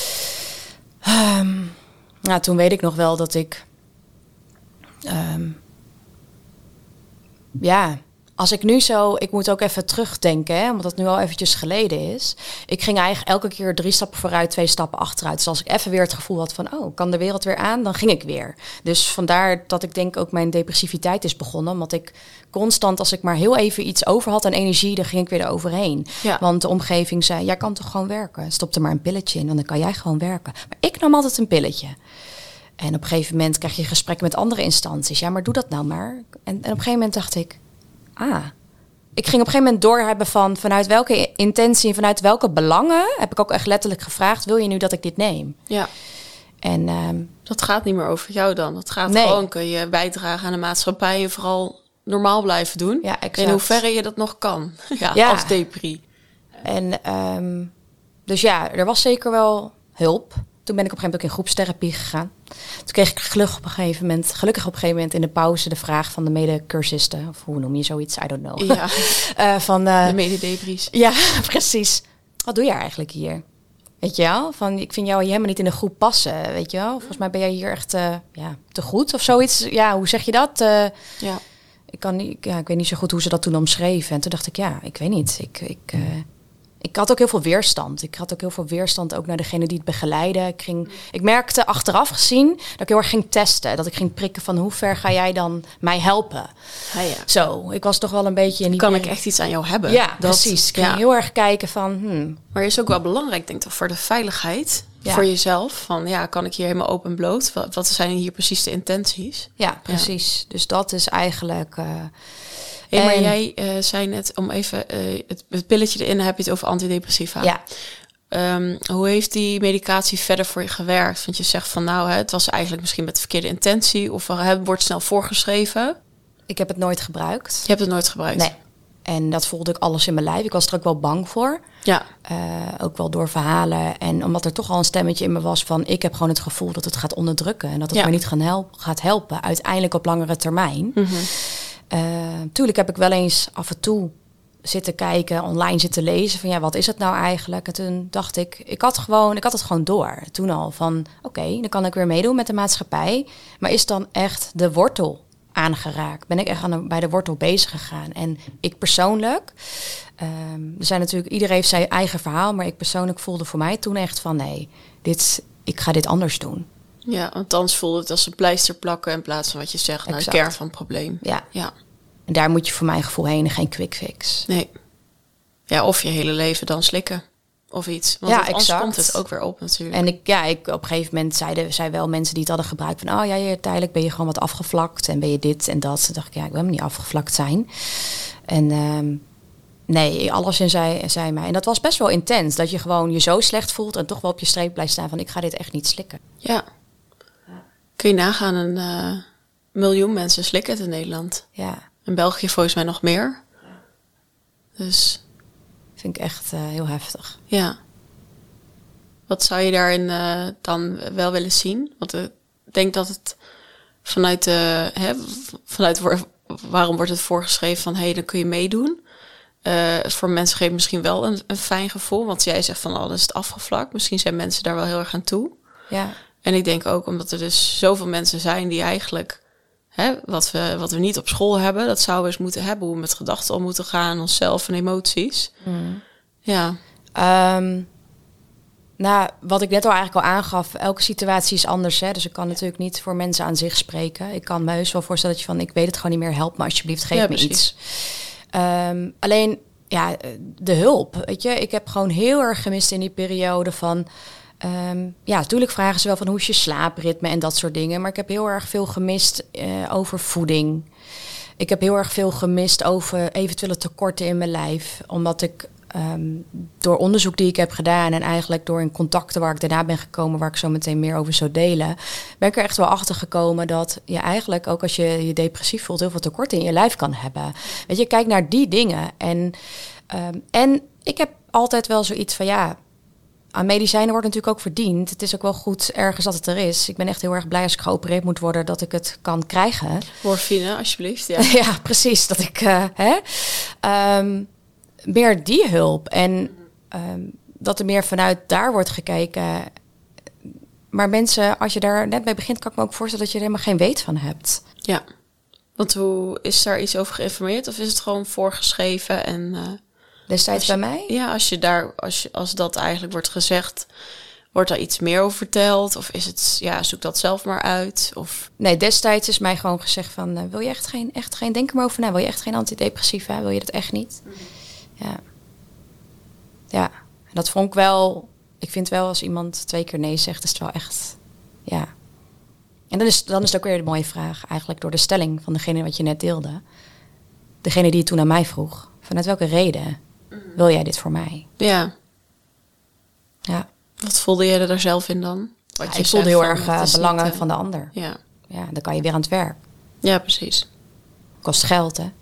Speaker 2: um, nou, toen weet ik nog wel dat ik... Um, ja, als ik nu zo... Ik moet ook even terugdenken, hè, omdat het nu al eventjes geleden is. Ik ging eigenlijk elke keer drie stappen vooruit, twee stappen achteruit. Dus als ik even weer het gevoel had van... oh, kan de wereld weer aan? Dan ging ik weer. Dus vandaar dat ik denk ook mijn depressiviteit is begonnen. Omdat ik constant, als ik maar heel even iets over had aan energie... dan ging ik weer eroverheen.
Speaker 1: Ja.
Speaker 2: Want de omgeving zei, jij kan toch gewoon werken? Stop er maar een pilletje in, dan kan jij gewoon werken. Maar ik nam altijd een pilletje. En op een gegeven moment krijg je gesprekken met andere instanties. Ja, maar doe dat nou maar. En, en op een gegeven moment dacht ik... ah, ik ging op een gegeven moment doorhebben van... vanuit welke intentie en vanuit welke belangen... heb ik ook echt letterlijk gevraagd... wil je nu dat ik dit neem?
Speaker 1: Ja.
Speaker 2: En um,
Speaker 1: dat gaat niet meer over jou dan. Dat gaat
Speaker 2: nee.
Speaker 1: gewoon, kun je bijdragen aan de maatschappij... en vooral normaal blijven doen.
Speaker 2: Ja, exact.
Speaker 1: In hoeverre je dat nog kan. ja,
Speaker 2: ja.
Speaker 1: Als depri.
Speaker 2: En um, dus ja, er was zeker wel hulp... Toen ben ik op een gegeven moment ook in groepstherapie gegaan. Toen kreeg ik gelukkig op een gegeven moment, gelukkig op een gegeven moment in de pauze de vraag van de medecursisten, of hoe noem je zoiets? I don't know.
Speaker 1: Ja.
Speaker 2: uh, van uh,
Speaker 1: de mededepries.
Speaker 2: Ja, precies. Wat doe je eigenlijk hier? Weet je wel? Van ik vind jou hier helemaal niet in de groep passen. Weet je wel? Volgens mij ben jij hier echt uh, ja, te goed of zoiets. Ja, hoe zeg je dat? Uh,
Speaker 1: ja.
Speaker 2: Ik kan niet. Ja, ik weet niet zo goed hoe ze dat toen omschreven. En toen dacht ik, ja, ik weet niet. Ik. ik uh, Ik had ook heel veel weerstand. Ik had ook heel veel weerstand ook naar degene die het begeleiden. Ik, ging, ik merkte achteraf gezien dat ik heel erg ging testen. Dat ik ging prikken van hoe ver ga jij dan mij helpen?
Speaker 1: Ja, ja.
Speaker 2: Zo, ik was toch wel een beetje... in die
Speaker 1: kan ik echt iets aan jou hebben?
Speaker 2: Ja,
Speaker 1: dat,
Speaker 2: precies. Ik ging
Speaker 1: ja.
Speaker 2: heel erg kijken van... Hmm.
Speaker 1: Maar is ook wel belangrijk, denk ik, voor de veiligheid.
Speaker 2: Ja.
Speaker 1: Voor jezelf. Van ja, kan ik hier helemaal open en bloot? Wat, wat zijn hier precies de intenties?
Speaker 2: Ja, precies. Ja. Dus dat is eigenlijk... Uh,
Speaker 1: Hey, maar en... jij uh, zei net, om even uh, het, het pilletje erin, heb je het over antidepressiva.
Speaker 2: Ja.
Speaker 1: Um, hoe heeft die medicatie verder voor je gewerkt? Want je zegt van nou, hè, het was eigenlijk misschien met de verkeerde intentie. Of uh, het wordt snel voorgeschreven.
Speaker 2: Ik heb het nooit gebruikt.
Speaker 1: Je hebt het nooit gebruikt?
Speaker 2: Nee. En dat voelde ik alles in mijn lijf. Ik was er ook wel bang voor.
Speaker 1: Ja.
Speaker 2: Uh, ook wel door verhalen. En omdat er toch al een stemmetje in me was van... ik heb gewoon het gevoel dat het gaat onderdrukken. En dat het
Speaker 1: ja.
Speaker 2: me niet gaan help, gaat helpen. Uiteindelijk op langere termijn.
Speaker 1: Mm-hmm.
Speaker 2: Uh, tuurlijk heb ik wel eens af en toe zitten kijken, online zitten lezen van ja, wat is het nou eigenlijk? En toen dacht ik, ik had gewoon, ik had het gewoon door. Toen al van, oké, okay, dan kan ik weer meedoen met de maatschappij. Maar is dan echt de wortel aangeraakt? Ben ik echt aan de, bij de wortel bezig gegaan? En ik persoonlijk, um, er zijn natuurlijk, iedereen heeft zijn eigen verhaal, maar ik persoonlijk voelde voor mij toen echt van nee, dit, ik ga dit anders doen.
Speaker 1: Ja, want anders voelde het als een pleister plakken in plaats van wat je zegt, naar de kern van het probleem.
Speaker 2: Ja.
Speaker 1: ja.
Speaker 2: En daar moet je voor mijn gevoel heen en geen quick fix.
Speaker 1: Nee. Ja, of je hele leven dan slikken. Of iets. Want
Speaker 2: ja,
Speaker 1: anders
Speaker 2: exact.
Speaker 1: komt het ook weer op natuurlijk.
Speaker 2: En ik, ja, ik, op een gegeven moment zeiden zij wel mensen die het hadden gebruikt van, oh ja, je, tijdelijk ben je gewoon wat afgevlakt en ben je dit en dat. Toen dacht ik, ja, ik wil hem niet afgevlakt zijn. En um, nee, alles in zei, zei mij. En dat was best wel intens, dat je gewoon je zo slecht voelt en toch wel op je streep blijft staan van, ik ga dit echt niet slikken.
Speaker 1: Ja. Kun je nagaan, een uh, miljoen mensen slikken het in Nederland.
Speaker 2: Ja.
Speaker 1: In België volgens mij nog meer. Dus...
Speaker 2: vind ik echt uh, heel heftig.
Speaker 1: Ja. Wat zou je daarin uh, dan wel willen zien? Want ik denk dat het vanuit de... Hè, vanuit waar, waarom wordt het voorgeschreven van... hé, hey, dan kun je meedoen. Uh, voor mensen geeft misschien wel een, een fijn gevoel. Want jij zegt van, oh, dan is het afgevlakt. Misschien zijn mensen daar wel heel erg aan toe.
Speaker 2: Ja.
Speaker 1: En ik denk ook omdat er dus zoveel mensen zijn die eigenlijk... Hè, wat, we, wat we niet op school hebben, dat zouden we eens moeten hebben. Hoe we met gedachten om moeten gaan, onszelf en emoties.
Speaker 2: Mm.
Speaker 1: Ja.
Speaker 2: Um, nou, wat ik net al eigenlijk al aangaf, elke situatie is anders. Hè? Dus ik kan natuurlijk niet voor mensen aan zich spreken. Ik kan me heus wel voorstellen dat je van, ik weet het gewoon niet meer, help me alsjeblieft, geef
Speaker 1: ja,
Speaker 2: me
Speaker 1: precies.
Speaker 2: iets. Um, alleen, ja, de hulp, weet je. Ik heb gewoon heel erg gemist in die periode van... Um, ja, natuurlijk vragen ze wel van hoe is je slaapritme en dat soort dingen. Maar ik heb heel erg veel gemist uh, over voeding. Ik heb heel erg veel gemist over eventuele tekorten in mijn lijf. Omdat ik um, door onderzoek die ik heb gedaan... en eigenlijk door in contacten waar ik daarna ben gekomen... waar ik zo meteen meer over zou delen... ben ik er echt wel achter gekomen dat je eigenlijk... ook als je je depressief voelt, heel veel tekorten in je lijf kan hebben. Weet je, kijk naar die dingen. En, um, en ik heb altijd wel zoiets van ja... aan medicijnen wordt natuurlijk ook verdiend. Het is ook wel goed ergens dat het er is. Ik ben echt heel erg blij als ik geopereerd moet worden... dat ik het kan krijgen.
Speaker 1: Morfine, alsjeblieft. Ja,
Speaker 2: ja precies. Dat ik uh, hè, um, meer die hulp. En um, dat er meer vanuit daar wordt gekeken. Maar mensen, als je daar net mee begint... kan ik me ook voorstellen dat je er helemaal geen weet van hebt.
Speaker 1: Ja. Want hoe is daar iets over geïnformeerd? Of is het gewoon voorgeschreven? En, uh,
Speaker 2: Destijds
Speaker 1: je,
Speaker 2: bij mij?
Speaker 1: Ja, als je daar, als, je, als dat eigenlijk wordt gezegd, wordt daar iets meer over verteld? Of is het, ja, zoek dat zelf maar uit? Of...
Speaker 2: Nee, destijds is mij gewoon gezegd van, uh, wil je echt geen, echt geen, denk er maar over na, wil je echt geen antidepressiva? Wil je dat echt niet? Mm-hmm. Ja. Ja, en dat vond ik wel, ik vind wel als iemand twee keer nee zegt, is het wel echt, ja. En dan is, dan is het ook weer de mooie vraag, eigenlijk door de stelling van degene wat je net deelde. Degene die het toen aan mij vroeg, vanuit welke reden wil jij dit voor mij?
Speaker 1: Ja.
Speaker 2: Ja.
Speaker 1: Wat voelde je er zelf in dan? Wat
Speaker 2: Ja,
Speaker 1: je
Speaker 2: ik voelde heel
Speaker 1: van,
Speaker 2: erg uh, belangen
Speaker 1: niet, uh,
Speaker 2: van de ander.
Speaker 1: Ja.
Speaker 2: Ja, dan kan je weer aan het werk.
Speaker 1: Ja, precies.
Speaker 2: Kost geld, hè?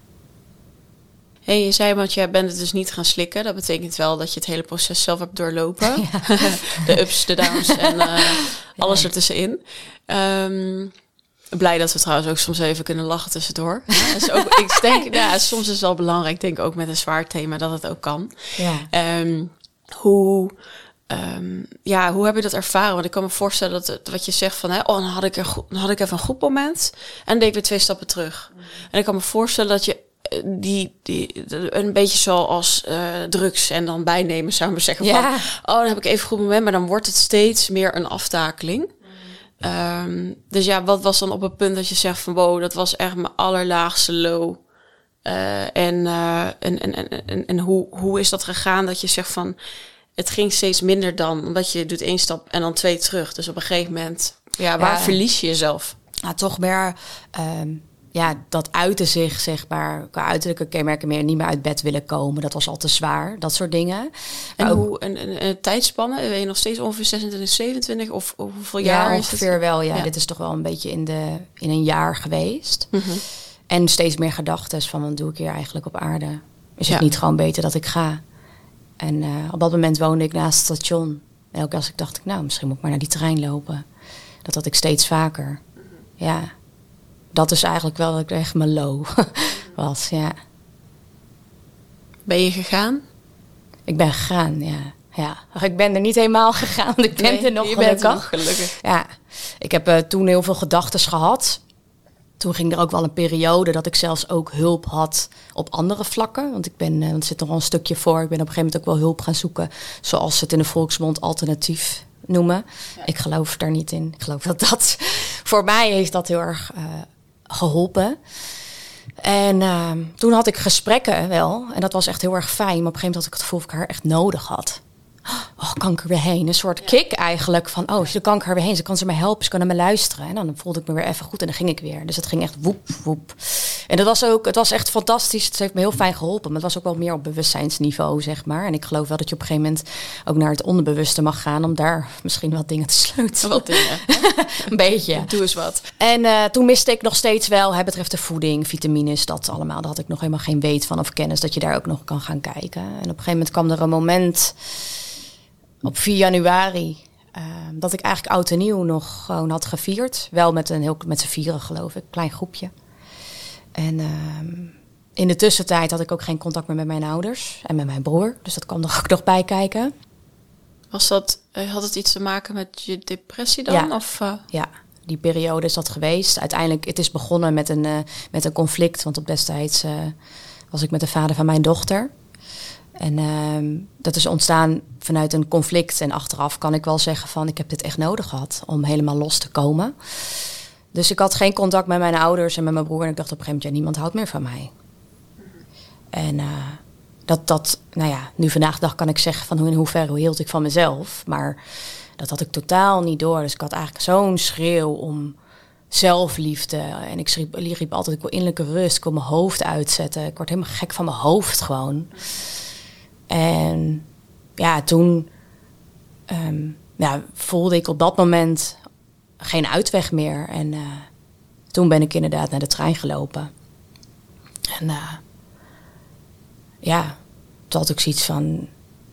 Speaker 1: Hey, je zei, want jij bent het dus niet gaan slikken. Dat betekent wel dat je het hele proces zelf hebt doorlopen. Ja. De ups, de downs en uh, alles ja. ertussenin. Um, blij dat we trouwens ook soms even kunnen lachen tussendoor. Ja, dus ook, ik denk, ja, soms is het wel belangrijk, ik denk ook met een zwaar thema, dat het ook kan. Ja. Um, hoe... Um, ja, hoe heb je dat ervaren? Want ik kan me voorstellen dat het, wat je zegt van, hè, oh, dan had ik er goed, dan had ik even een goed moment en dan deed ik weer twee stappen terug. Mm. En ik kan me voorstellen dat je die, die een beetje zoals uh, drugs en dan bijnemen, zou ik maar zeggen, ja. van, oh, dan heb ik even een goed moment, maar dan wordt het steeds meer een aftakeling. Mm. Um, dus ja, wat was dan op het punt dat je zegt van, wow, dat was echt mijn allerlaagste low. Uh, en, uh, en, en, en, en, en hoe, hoe is dat gegaan dat je zegt van, het ging steeds minder dan, omdat je doet één stap en dan twee terug. Dus op een gegeven moment, ja, waar ja, verlies je jezelf?
Speaker 2: Ja, toch meer, um, ja, dat uitte zich, zeg maar, qua uiterlijke kenmerken meer niet meer uit bed willen komen. Dat was al te zwaar, dat soort dingen.
Speaker 1: En ook, hoe, een, een, een tijdspanne, ben je nog steeds ongeveer zesentwintig, zevenentwintig of, of hoeveel
Speaker 2: ja,
Speaker 1: jaar
Speaker 2: ongeveer
Speaker 1: is het?
Speaker 2: wel, ja. ja. Dit is toch wel een beetje in, de, in een jaar geweest. Mm-hmm. En steeds meer gedachten van, wat doe ik hier eigenlijk op aarde? Is het ja. niet gewoon beter dat ik ga? En uh, op dat moment woonde ik naast het station. En elke keer als ik dacht, ik, nou, misschien moet ik maar naar die trein lopen. Dat had ik steeds vaker. Mm-hmm. Ja, dat is eigenlijk wel dat ik echt mijn low was, ja.
Speaker 1: Ben je gegaan?
Speaker 2: Ik ben gegaan, ja. ja. Ik ben er niet helemaal gegaan, want ik ben nee, er nog
Speaker 1: je
Speaker 2: gelukkig.
Speaker 1: Bent er nog gelukkig.
Speaker 2: Ja, ik heb uh, toen heel veel gedachten gehad. Toen ging er ook wel een periode dat ik zelfs ook hulp had op andere vlakken. Want ik ben, uh, want er zit nog wel een stukje voor. Ik ben op een gegeven moment ook wel hulp gaan zoeken. Zoals ze het in de volksmond alternatief noemen. Ja. Ik geloof daar niet in. Ik geloof dat dat... Voor mij heeft dat heel erg uh, geholpen. En uh, toen had ik gesprekken wel. En dat was echt heel erg fijn. Maar op een gegeven moment had ik het gevoel dat ik haar echt nodig had. Oh, kan ik er weer heen? Een soort ja. kick eigenlijk van, oh, ze kan ik er weer heen. Ze kan ze mij helpen, ze kan naar me luisteren. En dan voelde ik me weer even goed en dan ging ik weer. Dus het ging echt woep, woep. En dat was ook, het was echt fantastisch. Het heeft me heel fijn geholpen. Maar het was ook wel meer op bewustzijnsniveau, zeg maar. En ik geloof wel dat je op een gegeven moment ook naar het onderbewuste mag gaan om daar misschien wat dingen te sleutelen.
Speaker 1: Wat dingen.
Speaker 2: Een beetje.
Speaker 1: Doe eens wat.
Speaker 2: En uh, toen miste ik nog steeds wel, het betreft de voeding, vitamines, dat allemaal. Daar had ik nog helemaal geen weet van of kennis dat je daar ook nog kan gaan kijken. En op een gegeven moment kwam er een moment op vier januari, uh, dat ik eigenlijk oud en nieuw nog gewoon had gevierd. Wel met een heel met z'n vieren, geloof ik, klein groepje. En uh, in de tussentijd had ik ook geen contact meer met mijn ouders en met mijn broer. Dus dat kwam er ook nog bij kijken.
Speaker 1: Was dat, had het iets te maken met je depressie dan?
Speaker 2: Ja,
Speaker 1: of, uh...
Speaker 2: ja, die periode is dat geweest. Uiteindelijk, het is begonnen met een, uh, met een conflict. Want op destijds uh, was ik met de vader van mijn dochter. En uh, dat is ontstaan vanuit een conflict. En achteraf kan ik wel zeggen van, ik heb dit echt nodig gehad om helemaal los te komen. Dus ik had geen contact met mijn ouders en met mijn broer. En ik dacht op een gegeven moment, ja, niemand houdt meer van mij. Mm-hmm. En uh, dat, dat, nou ja, nu vandaag de dag kan ik zeggen van hoe in hoeverre hoe hield ik van mezelf. Maar dat had ik totaal niet door. Dus ik had eigenlijk zo'n schreeuw om zelfliefde. En ik riep, riep altijd, ik wil innerlijke rust. Ik wil mijn hoofd uitzetten. Ik word helemaal gek van mijn hoofd gewoon. En ja, toen um, ja, voelde ik op dat moment geen uitweg meer. En uh, toen ben ik inderdaad naar de trein gelopen. En uh, ja, toen had ik zoiets van,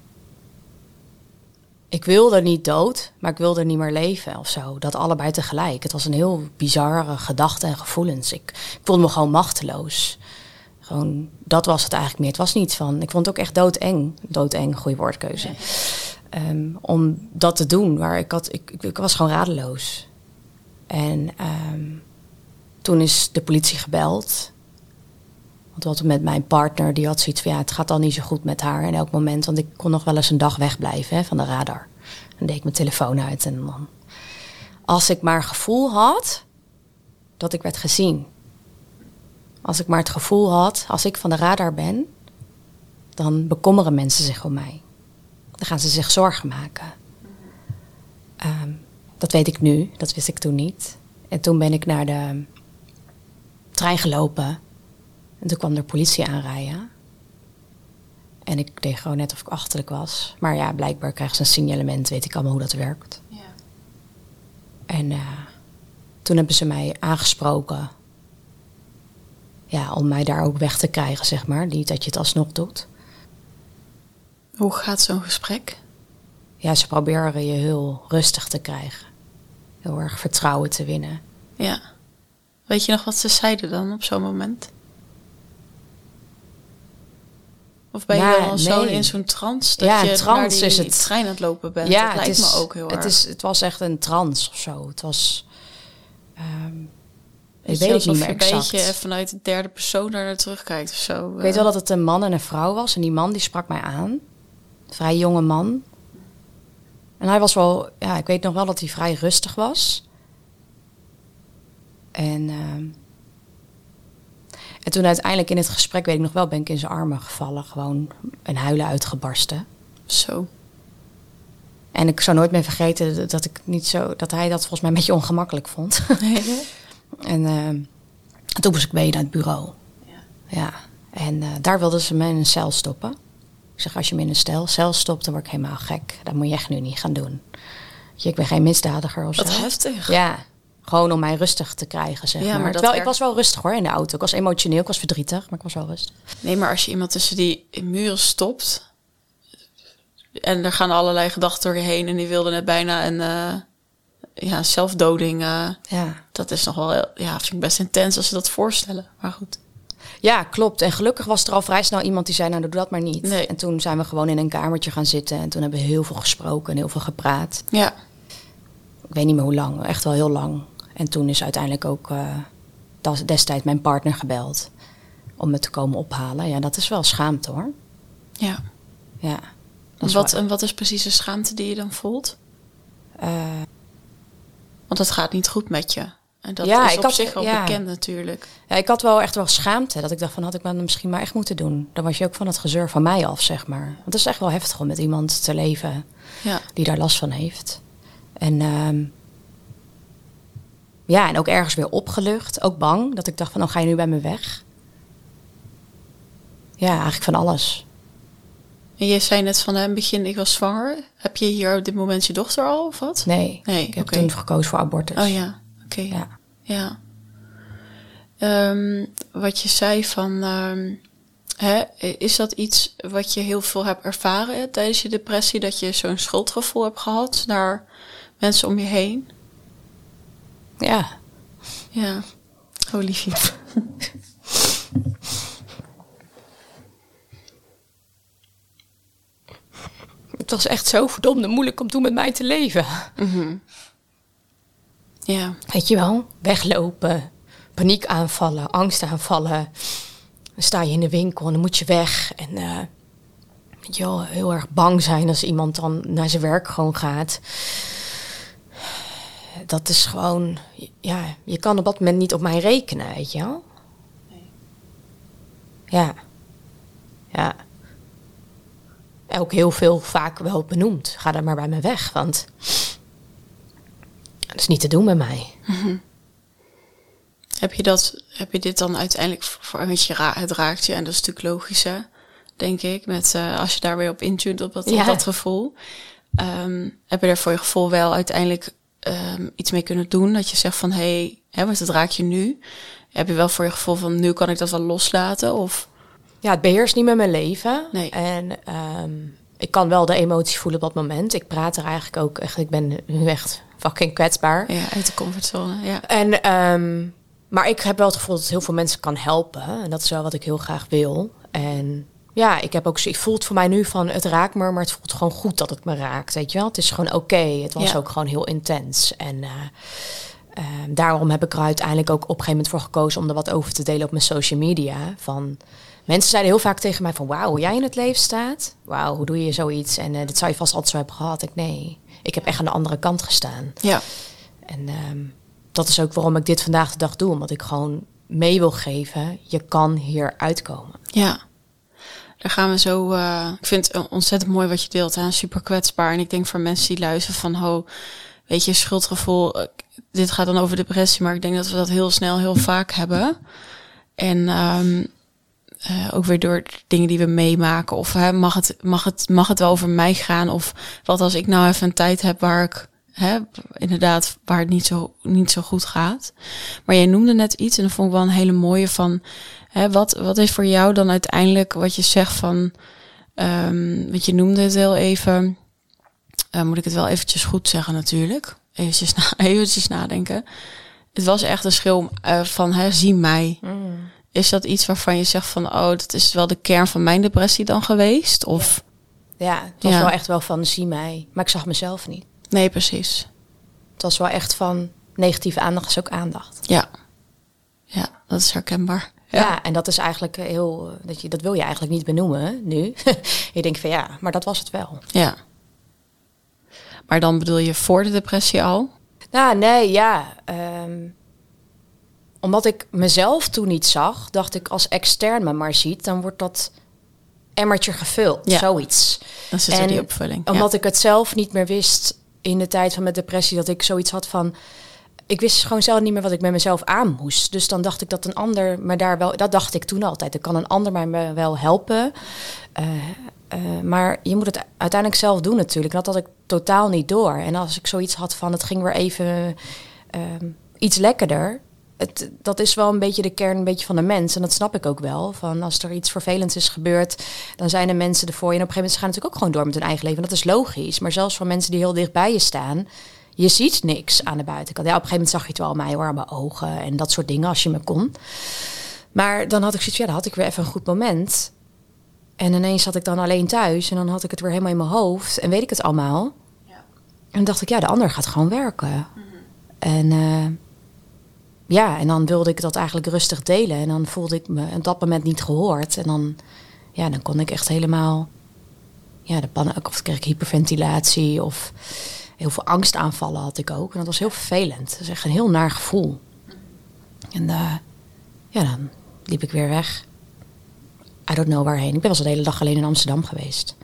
Speaker 2: ik wilde niet dood, maar ik wilde niet meer leven of zo. Dat allebei tegelijk. Het was een heel bizarre gedachte en gevoelens. Ik, ik voelde me gewoon machteloos. Gewoon, dat was het eigenlijk meer. Het was niet van, ik vond het ook echt doodeng. Doodeng, goede woordkeuze. Um, om dat te doen. Maar ik, had, ik, ik, ik was gewoon radeloos. En um, toen is de politie gebeld. Want wat met mijn partner, die had zoiets van... ja, het gaat al niet zo goed met haar in elk moment. Want ik kon nog wel eens een dag wegblijven hè, van de radar. Dan deed ik mijn telefoon uit en dan... Als ik maar gevoel had dat ik werd gezien. Als ik maar het gevoel had, als ik van de radar ben... dan bekommeren mensen zich om mij. Dan gaan ze zich zorgen maken. Um, dat weet ik nu, dat wist ik toen niet. En toen ben ik naar de trein gelopen. En toen kwam er politie aanrijden. En ik deed gewoon net of ik achterlijk was. Maar ja, blijkbaar krijgen ze een signalement, weet ik allemaal hoe dat werkt. Ja. En uh, toen hebben ze mij aangesproken. Ja, om mij daar ook weg te krijgen, zeg maar. Niet dat je het alsnog doet.
Speaker 1: Hoe gaat zo'n gesprek?
Speaker 2: Ja, ze proberen je heel rustig te krijgen. Heel erg vertrouwen te winnen.
Speaker 1: Ja. Weet je nog wat ze zeiden dan op zo'n moment? Of ben je
Speaker 2: ja,
Speaker 1: dan al
Speaker 2: nee.
Speaker 1: zo in zo'n trance dat
Speaker 2: ja,
Speaker 1: je
Speaker 2: trance
Speaker 1: naar die
Speaker 2: is het.
Speaker 1: trein aan het lopen bent?
Speaker 2: Ja,
Speaker 1: dat lijkt
Speaker 2: het is,
Speaker 1: me ook heel
Speaker 2: het
Speaker 1: erg.
Speaker 2: Is, het was echt een trance of zo. Het was... Um,
Speaker 1: weet
Speaker 2: ik weet het niet meer
Speaker 1: je
Speaker 2: exact.
Speaker 1: een beetje vanuit de derde persoon daar naar terugkijkt of zo.
Speaker 2: Ik weet wel dat het een man en een vrouw was. En die man die sprak mij aan. Een vrij jonge man. En hij was wel... Ja, ik weet nog wel dat hij vrij rustig was. En... Um, En toen uiteindelijk in het gesprek, weet ik nog wel, ben ik in zijn armen gevallen. Gewoon en huilen uitgebarsten.
Speaker 1: Zo.
Speaker 2: En ik zou nooit meer vergeten dat ik niet zo, dat hij dat volgens mij een beetje ongemakkelijk vond.
Speaker 1: Nee.
Speaker 2: en, uh, en toen moest ik mee naar het bureau. Ja. ja. En uh, daar wilden ze me in een cel stoppen. Ik zeg, als je me in een stel, cel stopt, dan word ik helemaal gek. Dat moet je echt nu niet gaan doen. Je, ik ben geen misdadiger of zo.
Speaker 1: Wat heftig.
Speaker 2: Ja. Gewoon om mij rustig te krijgen, zeg
Speaker 1: ja,
Speaker 2: maar.
Speaker 1: maar
Speaker 2: Terwijl
Speaker 1: werkt...
Speaker 2: ik was wel rustig hoor in de auto. Ik was emotioneel, ik was verdrietig, maar ik was wel rustig.
Speaker 1: Nee, maar als je iemand tussen die muren stopt... en er gaan allerlei gedachten door je heen... en die wilden net bijna een uh, ja, zelfdoding... Uh,
Speaker 2: ja.
Speaker 1: Dat is nog wel, ja, vind ik best intens als ze dat voorstellen. Maar goed.
Speaker 2: Ja, klopt. En gelukkig was er al vrij snel iemand die zei... nou, doe dat maar niet.
Speaker 1: Nee.
Speaker 2: En toen zijn we gewoon in een kamertje gaan zitten... en toen hebben we heel veel gesproken en heel veel gepraat.
Speaker 1: Ja.
Speaker 2: Ik weet niet meer hoe lang, echt wel heel lang... En toen is uiteindelijk ook uh, destijds mijn partner gebeld om me te komen ophalen. Ja, dat is wel schaamte hoor.
Speaker 1: Ja.
Speaker 2: Ja.
Speaker 1: En wat, en wat is precies de schaamte die je dan voelt?
Speaker 2: Uh,
Speaker 1: Want het gaat niet goed met je. En dat
Speaker 2: ja,
Speaker 1: is
Speaker 2: ik
Speaker 1: op
Speaker 2: had,
Speaker 1: zich al
Speaker 2: ja.
Speaker 1: bekend natuurlijk.
Speaker 2: Ja, ik had wel echt wel schaamte. Dat ik dacht van, had ik dat misschien maar echt moeten doen. Dan was je ook van het gezeur van mij af, zeg maar. Want het is echt wel heftig om met iemand te leven
Speaker 1: ja.
Speaker 2: die daar last van heeft. En... Uh, Ja, en ook ergens weer opgelucht. Ook bang. Dat ik dacht van, dan ga je nu bij me weg. Ja, eigenlijk van alles.
Speaker 1: En je zei net van het begin, ik was zwanger. Heb je hier op dit moment je dochter al of wat?
Speaker 2: Nee,
Speaker 1: nee
Speaker 2: ik heb
Speaker 1: okay.
Speaker 2: toen gekozen voor abortus.
Speaker 1: Oh ja, oké. Okay.
Speaker 2: Ja.
Speaker 1: ja. Um, wat je zei van... Um, hè, is dat iets wat je heel veel hebt ervaren tijdens je depressie? Dat je zo'n schuldgevoel hebt gehad naar mensen om je heen?
Speaker 2: Ja.
Speaker 1: Ja. Oh, liefje.
Speaker 2: Het was echt zo verdomde moeilijk om toen met mij te leven.
Speaker 1: Mm-hmm. Ja.
Speaker 2: Weet je wel? Weglopen, paniekaanvallen, angstaanvallen. Dan sta je in de winkel en dan moet je weg. En uh, weet je wel, heel erg bang zijn als iemand dan naar zijn werk gewoon gaat. Dat is gewoon... Ja, je kan op dat moment niet op mij rekenen, weet je wel? Nee. Ja. Ja. Ook heel veel vaak wel benoemd. Ga er maar bij me weg, want... dat is niet te doen met mij.
Speaker 1: Mm-hmm. Heb je dat... Heb je dit dan uiteindelijk... Voor, weet je, het raakt je, en dat is natuurlijk logisch, hè? Denk ik. Met, uh, als je daar weer op intunt, op dat, ja. op dat gevoel. Um, heb je er voor je gevoel wel uiteindelijk... Um, iets mee kunnen doen. Dat je zegt van, hé, hey, hè, want het raakt je nu. Heb je wel voor je gevoel van, nu kan ik dat wel loslaten? Of...
Speaker 2: Ja, het beheerst niet meer mijn leven.
Speaker 1: Nee.
Speaker 2: En um, ik kan wel de emotie voelen op dat moment. Ik praat er eigenlijk ook echt, ik ben nu echt fucking kwetsbaar.
Speaker 1: Ja, uit de comfortzone, ja.
Speaker 2: En, um, maar ik heb wel het gevoel dat het heel veel mensen kan helpen. En dat is wel wat ik heel graag wil. En... Ja, ik heb ook zo, ik voel het voor mij nu van, het raakt me, maar het voelt gewoon goed dat het me raakt, weet je wel. Het is gewoon oké. Okay. Het was ja. ook gewoon heel intens. En Uh, daarom heb ik er uiteindelijk ook op een gegeven moment voor gekozen om er wat over te delen op mijn social media. Van, mensen zeiden heel vaak tegen mij van, wauw, hoe jij in het leven staat. Wauw, hoe doe je zoiets? En uh, dit zou je vast altijd zo hebben gehad. Ik, nee, ik heb echt aan de andere kant gestaan.
Speaker 1: Ja.
Speaker 2: En um, dat is ook waarom ik dit vandaag de dag doe. Omdat ik gewoon mee wil geven, je kan hier uitkomen.
Speaker 1: Ja. Daar gaan we zo... Uh, ik vind het ontzettend mooi wat je deelt. Hè? Super kwetsbaar. En ik denk voor mensen die luisteren van... Ho, weet je, schuldgevoel... Uh, dit gaat dan over depressie, maar ik denk dat we dat heel snel, heel vaak hebben. En um, uh, ook weer door dingen die we meemaken. Of hè, mag, het, mag, het, mag het wel over mij gaan? Of wat als ik nou even een tijd heb waar ik... Hè, inderdaad, waar het niet zo, niet zo goed gaat. Maar jij noemde net iets en dat vond ik wel een hele mooie van... Hè, wat, wat is voor jou dan uiteindelijk wat je zegt van... Um, want je noemde het heel even... Uh, moet ik het wel eventjes goed zeggen natuurlijk. Eventjes, na, eventjes nadenken. Het was echt een schil uh, van, hè, zie mij. Mm. Is dat iets waarvan je zegt van... oh, dat is wel de kern van mijn depressie dan geweest? Of...
Speaker 2: Ja, het was ja. wel echt wel van, zie mij. Maar ik zag mezelf niet.
Speaker 1: Nee, precies.
Speaker 2: Het was wel echt van, negatieve aandacht is ook aandacht.
Speaker 1: Ja, ja, dat is herkenbaar.
Speaker 2: Ja, ja, en dat is eigenlijk heel... Dat, je, dat wil je eigenlijk niet benoemen nu. Je denkt van ja, maar dat was het wel.
Speaker 1: Ja. Maar dan bedoel je voor de depressie al?
Speaker 2: Nou, nee, ja. Um, omdat ik mezelf toen niet zag, dacht ik als extern me maar ziet, dan wordt dat emmertje gevuld, ja. Zoiets.
Speaker 1: Dan zit er die opvulling.
Speaker 2: Omdat
Speaker 1: ja.
Speaker 2: ik het zelf niet meer wist in de tijd van mijn depressie, dat ik zoiets had van... Ik wist gewoon zelf niet meer wat ik met mezelf aan moest. Dus dan dacht ik dat een ander me daar wel... Dat dacht ik toen altijd. Dan kan een ander mij me wel helpen. Uh, uh, maar je moet het uiteindelijk zelf doen natuurlijk. Dat had ik totaal niet door. En als ik zoiets had van... Het ging weer even uh, iets lekkerder. Het, dat is wel een beetje de kern een beetje van de mens. En dat snap ik ook wel. Van als er iets vervelends is gebeurd... dan zijn er mensen ervoor. En op een gegeven moment gaan natuurlijk ook gewoon door met hun eigen leven. En dat is logisch. Maar zelfs voor mensen die heel dicht bij je staan... Je ziet niks aan de buitenkant. Ja, op een gegeven moment zag je het wel aan mij hoor, aan mijn ogen en dat soort dingen als je me kon. Maar dan had ik zoiets, ja, dan had ik weer even een goed moment. En ineens zat ik dan alleen thuis en dan had ik het weer helemaal in mijn hoofd en weet ik het allemaal. Ja. En dan dacht ik, ja, de ander gaat gewoon werken. Mm-hmm. En uh, ja, en dan wilde ik dat eigenlijk rustig delen en dan voelde ik me op dat moment niet gehoord. En dan, ja, dan kon ik echt helemaal, ja, de pannen, of kreeg ik hyperventilatie of... Heel veel angstaanvallen had ik ook. En dat was heel vervelend. Dat is echt een heel naar gevoel. En uh, ja, dan liep ik weer weg. I don't know waarheen. Ik ben wel zo de hele dag alleen in Amsterdam geweest.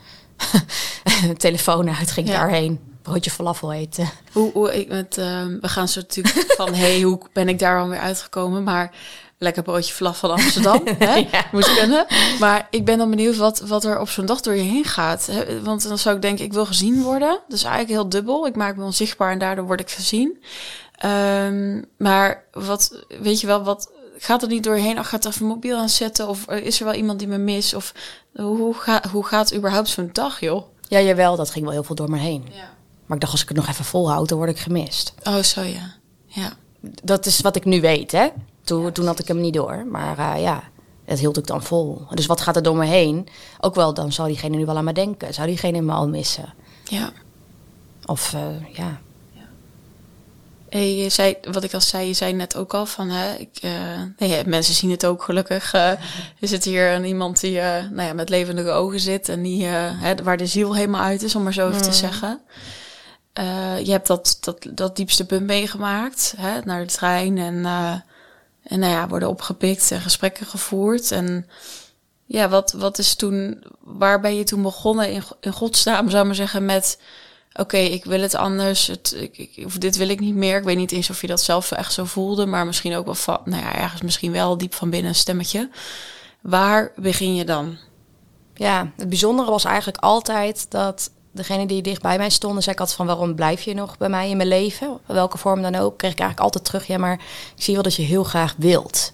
Speaker 2: Telefoon uit, ging ja. daarheen. Broodje falafel eten.
Speaker 1: Hoe, hoe ik met, uh, we gaan zo natuurlijk van... hey, hoe ben ik daar alweer uitgekomen? Maar... Lekker broodje falafel van Amsterdam, hè? Ja. Moet kunnen. Maar ik ben dan benieuwd wat, wat er op zo'n dag door je heen gaat. Hè? Want dan zou ik denken, ik wil gezien worden. Dus eigenlijk heel dubbel. Ik maak me onzichtbaar en daardoor word ik gezien. Um, maar wat, weet je wel, wat gaat er niet door je heen? Ach, gaat er even mobiel aan zetten? Of is er wel iemand die me mist? Of hoe, ga, hoe gaat überhaupt zo'n dag, joh?
Speaker 2: Ja, jawel, dat ging wel heel veel door me heen.
Speaker 1: Ja.
Speaker 2: Maar ik dacht, als ik het nog even volhoud, dan word ik gemist.
Speaker 1: Oh, zo ja. Ja.
Speaker 2: Dat is wat ik nu weet, hè? Toen, ja, toen had ik hem niet door. Maar uh, ja, dat hield ik dan vol. Dus wat gaat er door me heen? Ook wel, dan zal diegene nu wel aan me denken. Zou diegene me al missen?
Speaker 1: Ja.
Speaker 2: Of, uh, ja.
Speaker 1: ja. Hey, je zei, wat ik al zei, je zei net ook al van... Hè, ik, uh, nee, mensen zien het ook gelukkig. Uh, er zit hier een, iemand die uh, nou ja, met levendige ogen zit... en die, uh, hè, waar de ziel helemaal uit is, om maar zo even mm. te zeggen... Uh, je hebt dat, dat, dat diepste punt meegemaakt, hè, naar de trein en, uh, en nou ja, worden opgepikt en gesprekken gevoerd. En ja, wat, wat is toen, waar ben je toen begonnen in, in godsnaam, zou ik maar zeggen, met oké, okay, ik wil het anders, het, ik, ik, of dit wil ik niet meer. Ik weet niet eens of je dat zelf echt zo voelde, maar misschien ook wel van, nou ja, ergens misschien wel diep van binnen een stemmetje. Waar begin je dan?
Speaker 2: Ja, het bijzondere was eigenlijk altijd dat degene die dicht bij mij stonden, zei ik altijd van, waarom blijf je nog bij mij in mijn leven? Op welke vorm dan ook, kreeg ik eigenlijk altijd terug. Ja, maar ik zie wel dat je heel graag wilt.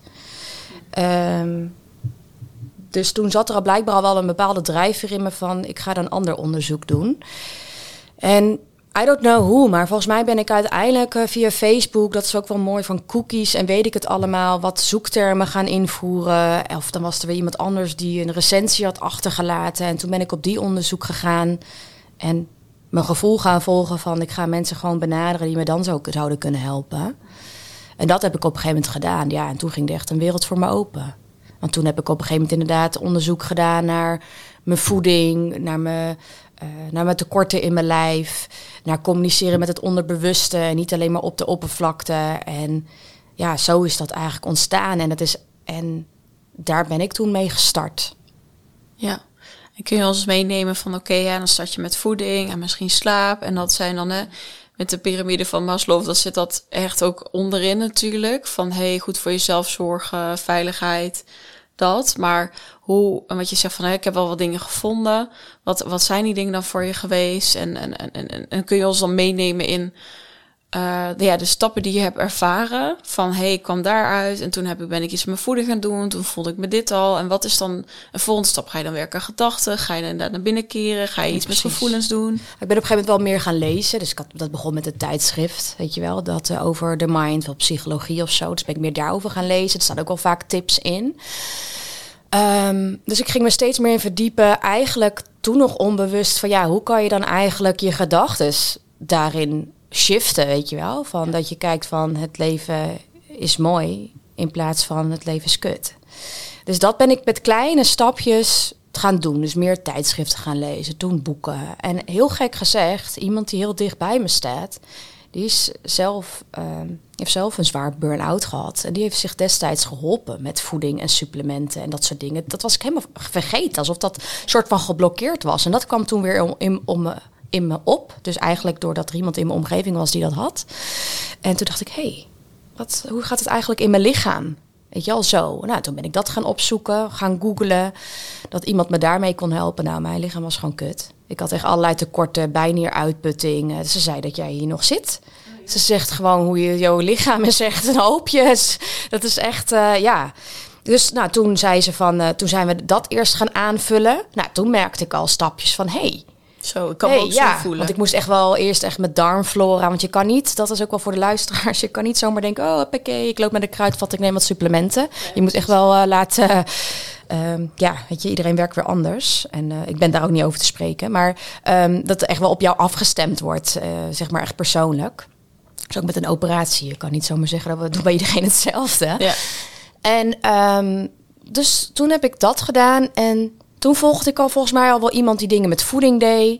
Speaker 2: Um, dus toen zat er al blijkbaar al wel een bepaalde drijfveer in me van, ik ga dan ander onderzoek doen. En I don't know hoe, maar volgens mij ben ik uiteindelijk uh, via Facebook, dat is ook wel mooi, van cookies en weet ik het allemaal, wat zoektermen gaan invoeren. Of dan was er weer iemand anders die een recensie had achtergelaten. En toen ben ik op die onderzoek gegaan. En mijn gevoel gaan volgen van ik ga mensen gewoon benaderen die me dan zo zouden kunnen helpen. En dat heb ik op een gegeven moment gedaan. Ja, en toen ging er echt een wereld voor me open. Want toen heb ik op een gegeven moment inderdaad onderzoek gedaan naar mijn voeding, naar mijn, uh, naar mijn tekorten in mijn lijf, naar communiceren met het onderbewuste en niet alleen maar op de oppervlakte. En ja, zo is dat eigenlijk ontstaan. En, dat is, en daar ben ik toen mee gestart.
Speaker 3: Ja. En kun je ons meenemen van oké, okay, ja, dan start je met voeding en misschien slaap. En dat zijn dan, hè, met de piramide van Maslow, dat zit dat echt ook onderin natuurlijk. Van hey, goed voor jezelf zorgen, veiligheid, dat. Maar hoe, en wat je zegt van, hey, ik heb wel wat dingen gevonden. Wat, wat zijn die dingen dan voor je geweest? En, en, en, en, en kun je ons dan meenemen in Uh, de, ja, de stappen die je hebt ervaren. Van, hey, ik kwam daaruit en toen heb ik, ben ik iets met mijn voeding gaan doen. Toen voelde ik me dit al. En wat is dan een volgende stap? Ga je dan werken aan gedachten? Ga je dan inderdaad naar binnen keren? Ga je iets ja, met gevoelens doen?
Speaker 2: Ik ben op een gegeven moment wel meer gaan lezen. Dus ik had, dat begon met het tijdschrift, weet je wel. Dat uh, over de mind, wel psychologie of zo. Dus ben ik meer daarover gaan lezen. Er staan ook wel vaak tips in. Um, dus ik ging me steeds meer in verdiepen. Eigenlijk toen nog onbewust van, ja, hoe kan je dan eigenlijk je gedachtes daarin shiften, weet je wel. Van dat je kijkt van het leven is mooi in plaats van het leven is kut. Dus dat ben ik met kleine stapjes gaan doen. Dus meer tijdschriften gaan lezen, toen boeken. En heel gek gezegd, iemand die heel dicht bij me staat, die is zelf, uh, heeft zelf een zwaar burn-out gehad. En die heeft zich destijds geholpen met voeding en supplementen en dat soort dingen. Dat was ik helemaal vergeten, alsof dat soort van geblokkeerd was. En dat kwam toen weer om, in, om me in me op. Dus eigenlijk doordat er iemand in mijn omgeving was die dat had. En toen dacht ik, hé, hey, wat, hoe gaat het eigenlijk in mijn lichaam? Weet je al zo. Nou, toen ben ik dat gaan opzoeken, gaan googlen. Dat iemand me daarmee kon helpen. Nou, mijn lichaam was gewoon kut. Ik had echt allerlei tekorten, bijnieruitputting. Ze zei dat jij hier nog zit. Ze zegt gewoon hoe je jouw lichaam is echt een hoopje. Dat is echt, uh, ja. Dus nou, toen zei ze van, uh, toen zijn we dat eerst gaan aanvullen. Nou, toen merkte ik al stapjes van, hé, hey,
Speaker 3: Zo, ik kan
Speaker 2: hey,
Speaker 3: me ook
Speaker 2: ja,
Speaker 3: zo voelen.
Speaker 2: Want ik moest echt wel eerst echt met darmflora. Want je kan niet, dat is ook wel voor de luisteraars. Je kan niet zomaar denken, oh, hoppakee, ik loop met een kruidvat, ik neem wat supplementen. Ja, je moet echt wel uh, laten, uh, uh, ja, weet je, iedereen werkt weer anders. En uh, ik ben daar ook niet over te spreken. Maar um, dat er echt wel op jou afgestemd wordt, uh, zeg maar echt persoonlijk. Dus ook met een operatie. Je kan niet zomaar zeggen, dat we doen bij iedereen hetzelfde. Ja. En um, dus toen heb ik dat gedaan en toen volgde ik al volgens mij al wel iemand die dingen met voeding deed.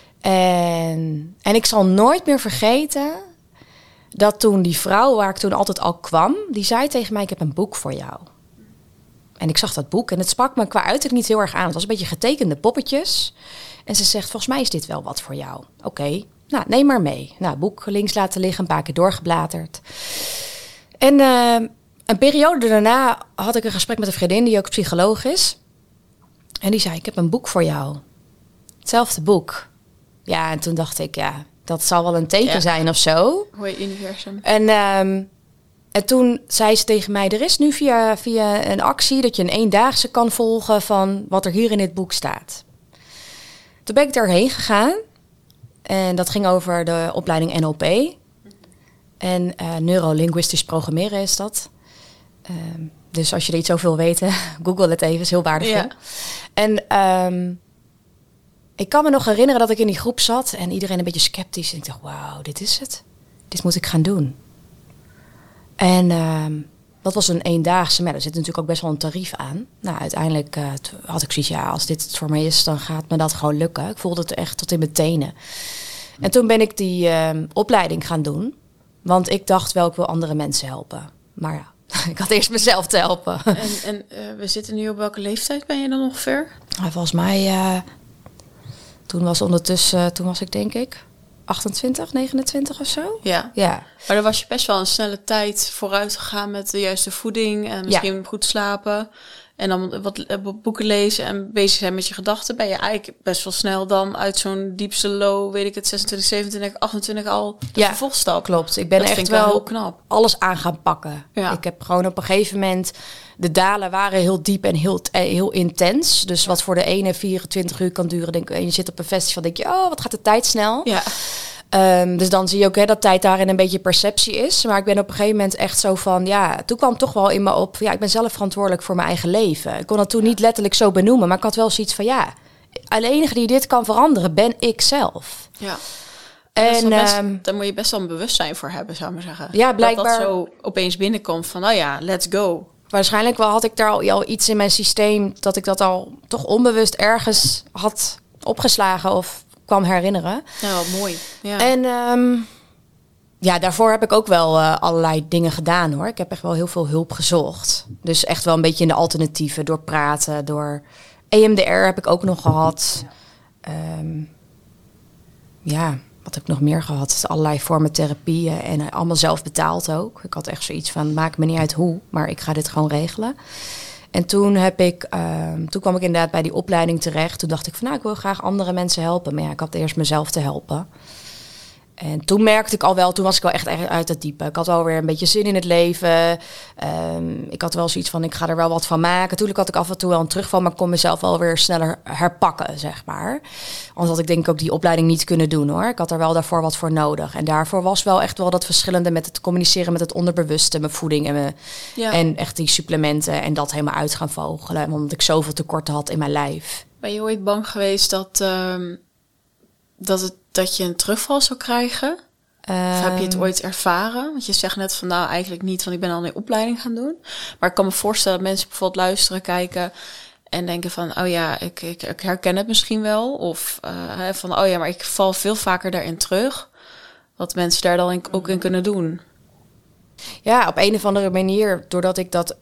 Speaker 2: En, en ik zal nooit meer vergeten dat toen die vrouw waar ik toen altijd al kwam, die zei tegen mij, ik heb een boek voor jou. En ik zag dat boek en het sprak me qua uiterlijk niet heel erg aan. Het was een beetje getekende poppetjes. En ze zegt, volgens mij is dit wel wat voor jou. Oké, okay, nou neem maar mee. Nou, boek links laten liggen, een paar keer doorgebladerd. En uh, een periode daarna had ik een gesprek met een vriendin die ook psycholoog is. En die zei, ik heb een boek voor jou. Hetzelfde boek. Ja, en toen dacht ik, ja, dat zal wel een teken ja. zijn of zo.
Speaker 3: Hoi, universum.
Speaker 2: En, um, en toen zei ze tegen mij, er is nu via, via een actie dat je een eendaagse kan volgen van wat er hier in dit boek staat. Toen ben ik daarheen gegaan. En dat ging over de opleiding N L P. En uh, neurolinguistisch programmeren is dat. Um, Dus als je er iets over wil weten, google het even, is heel waardevol. Ja. En um, ik kan me nog herinneren dat ik in die groep zat en iedereen een beetje sceptisch. En ik dacht, wauw, dit is het. Dit moet ik gaan doen. En um, dat was een eendaagse, maar er zit natuurlijk ook best wel een tarief aan. Nou, uiteindelijk uh, had ik zoiets, ja, als dit het voor mij is, dan gaat me dat gewoon lukken. Ik voelde het echt tot in mijn tenen. En toen ben ik die um, opleiding gaan doen. Want ik dacht wel, ik wil andere mensen helpen. Maar ja. Ik had eerst mezelf te helpen.
Speaker 3: En, en uh, we zitten nu op welke leeftijd ben je dan ongeveer?
Speaker 2: Nou, volgens mij, uh, toen was ondertussen, uh, toen was ik denk ik achtentwintig, negenentwintig of zo.
Speaker 3: Ja.
Speaker 2: ja.
Speaker 3: Maar dan was je best wel een snelle tijd vooruit gegaan met de juiste voeding en misschien ja. goed slapen. En dan wat boeken lezen en bezig zijn met je gedachten. Ben je eigenlijk best wel snel dan uit zo'n diepste low, weet ik het, zesentwintig, zevenentwintig, achtentwintig al de ja, vervolgstap.
Speaker 2: Klopt. Ik ben
Speaker 3: dat
Speaker 2: echt
Speaker 3: wel,
Speaker 2: wel
Speaker 3: heel knap.
Speaker 2: Alles aan gaan pakken. Ja. Ik heb gewoon op een gegeven moment, de dalen waren heel diep en heel, heel intens. Dus wat voor de ene vierentwintig uur kan duren, denk ik, en je zit op een festival, denk je, oh, wat gaat de tijd snel.
Speaker 3: Ja.
Speaker 2: Um, dus dan zie je ook hè, dat tijd daarin een beetje perceptie is. Maar ik ben op een gegeven moment echt zo van, ja, toen kwam toch wel in me op, ja, ik ben zelf verantwoordelijk voor mijn eigen leven. Ik kon dat toen niet letterlijk zo benoemen, maar ik had wel zoiets van, ja, de enige die dit kan veranderen, ben ik zelf.
Speaker 3: Ja.
Speaker 2: En
Speaker 3: Best,
Speaker 2: um,
Speaker 3: daar moet je best wel een bewustzijn voor hebben, zou ik maar zeggen.
Speaker 2: Ja, blijkbaar.
Speaker 3: Dat dat zo opeens binnenkomt van, nou ja, let's go.
Speaker 2: Waarschijnlijk wel had ik daar al, al iets in mijn systeem... dat ik dat al toch onbewust ergens had opgeslagen of kwam herinneren.
Speaker 3: Ja, wat mooi. Ja.
Speaker 2: En um, ja, daarvoor heb ik ook wel uh, allerlei dingen gedaan, hoor. Ik heb echt wel heel veel hulp gezocht. Dus echt wel een beetje in de alternatieven, door praten, door... E M D R heb ik ook nog gehad. Ja, um, ja wat heb ik nog meer gehad? Allerlei vormen therapieën en uh, allemaal zelf betaald ook. Ik had echt zoiets van, maakt me niet uit hoe, maar ik ga dit gewoon regelen. En toen heb ik, um, toen kwam ik inderdaad bij die opleiding terecht. Toen dacht ik van, nou, ik wil graag andere mensen helpen. Maar ja, ik had eerst mezelf te helpen. En toen merkte ik al wel, toen was ik wel echt uit het diepe. Ik had wel weer een beetje zin in het leven. Um, ik had wel zoiets van, ik ga er wel wat van maken. Tuurlijk had ik af en toe wel een terugval, maar ik kon mezelf wel weer sneller herpakken, zeg maar. Anders had ik denk ik ook die opleiding niet kunnen doen, hoor. Ik had er wel daarvoor wat voor nodig. En daarvoor was wel echt wel dat verschillende met het communiceren met het onderbewuste, mijn voeding en, mijn, ja. en echt die supplementen en dat helemaal uit gaan vogelen. Omdat ik zoveel tekorten had in mijn lijf.
Speaker 3: Ben je ooit bang geweest dat, um, dat het dat je een terugval zou krijgen? Um, of heb je het ooit ervaren? Want je zegt net van, nou, eigenlijk niet, want ik ben al een opleiding gaan doen. Maar ik kan me voorstellen dat mensen bijvoorbeeld luisteren, kijken en denken van, oh ja, ik, ik, ik herken het misschien wel. Of uh, van, oh ja, maar ik val veel vaker daarin terug. Wat mensen daar dan in, ook in kunnen doen.
Speaker 2: Ja, op een of andere manier, doordat ik dat...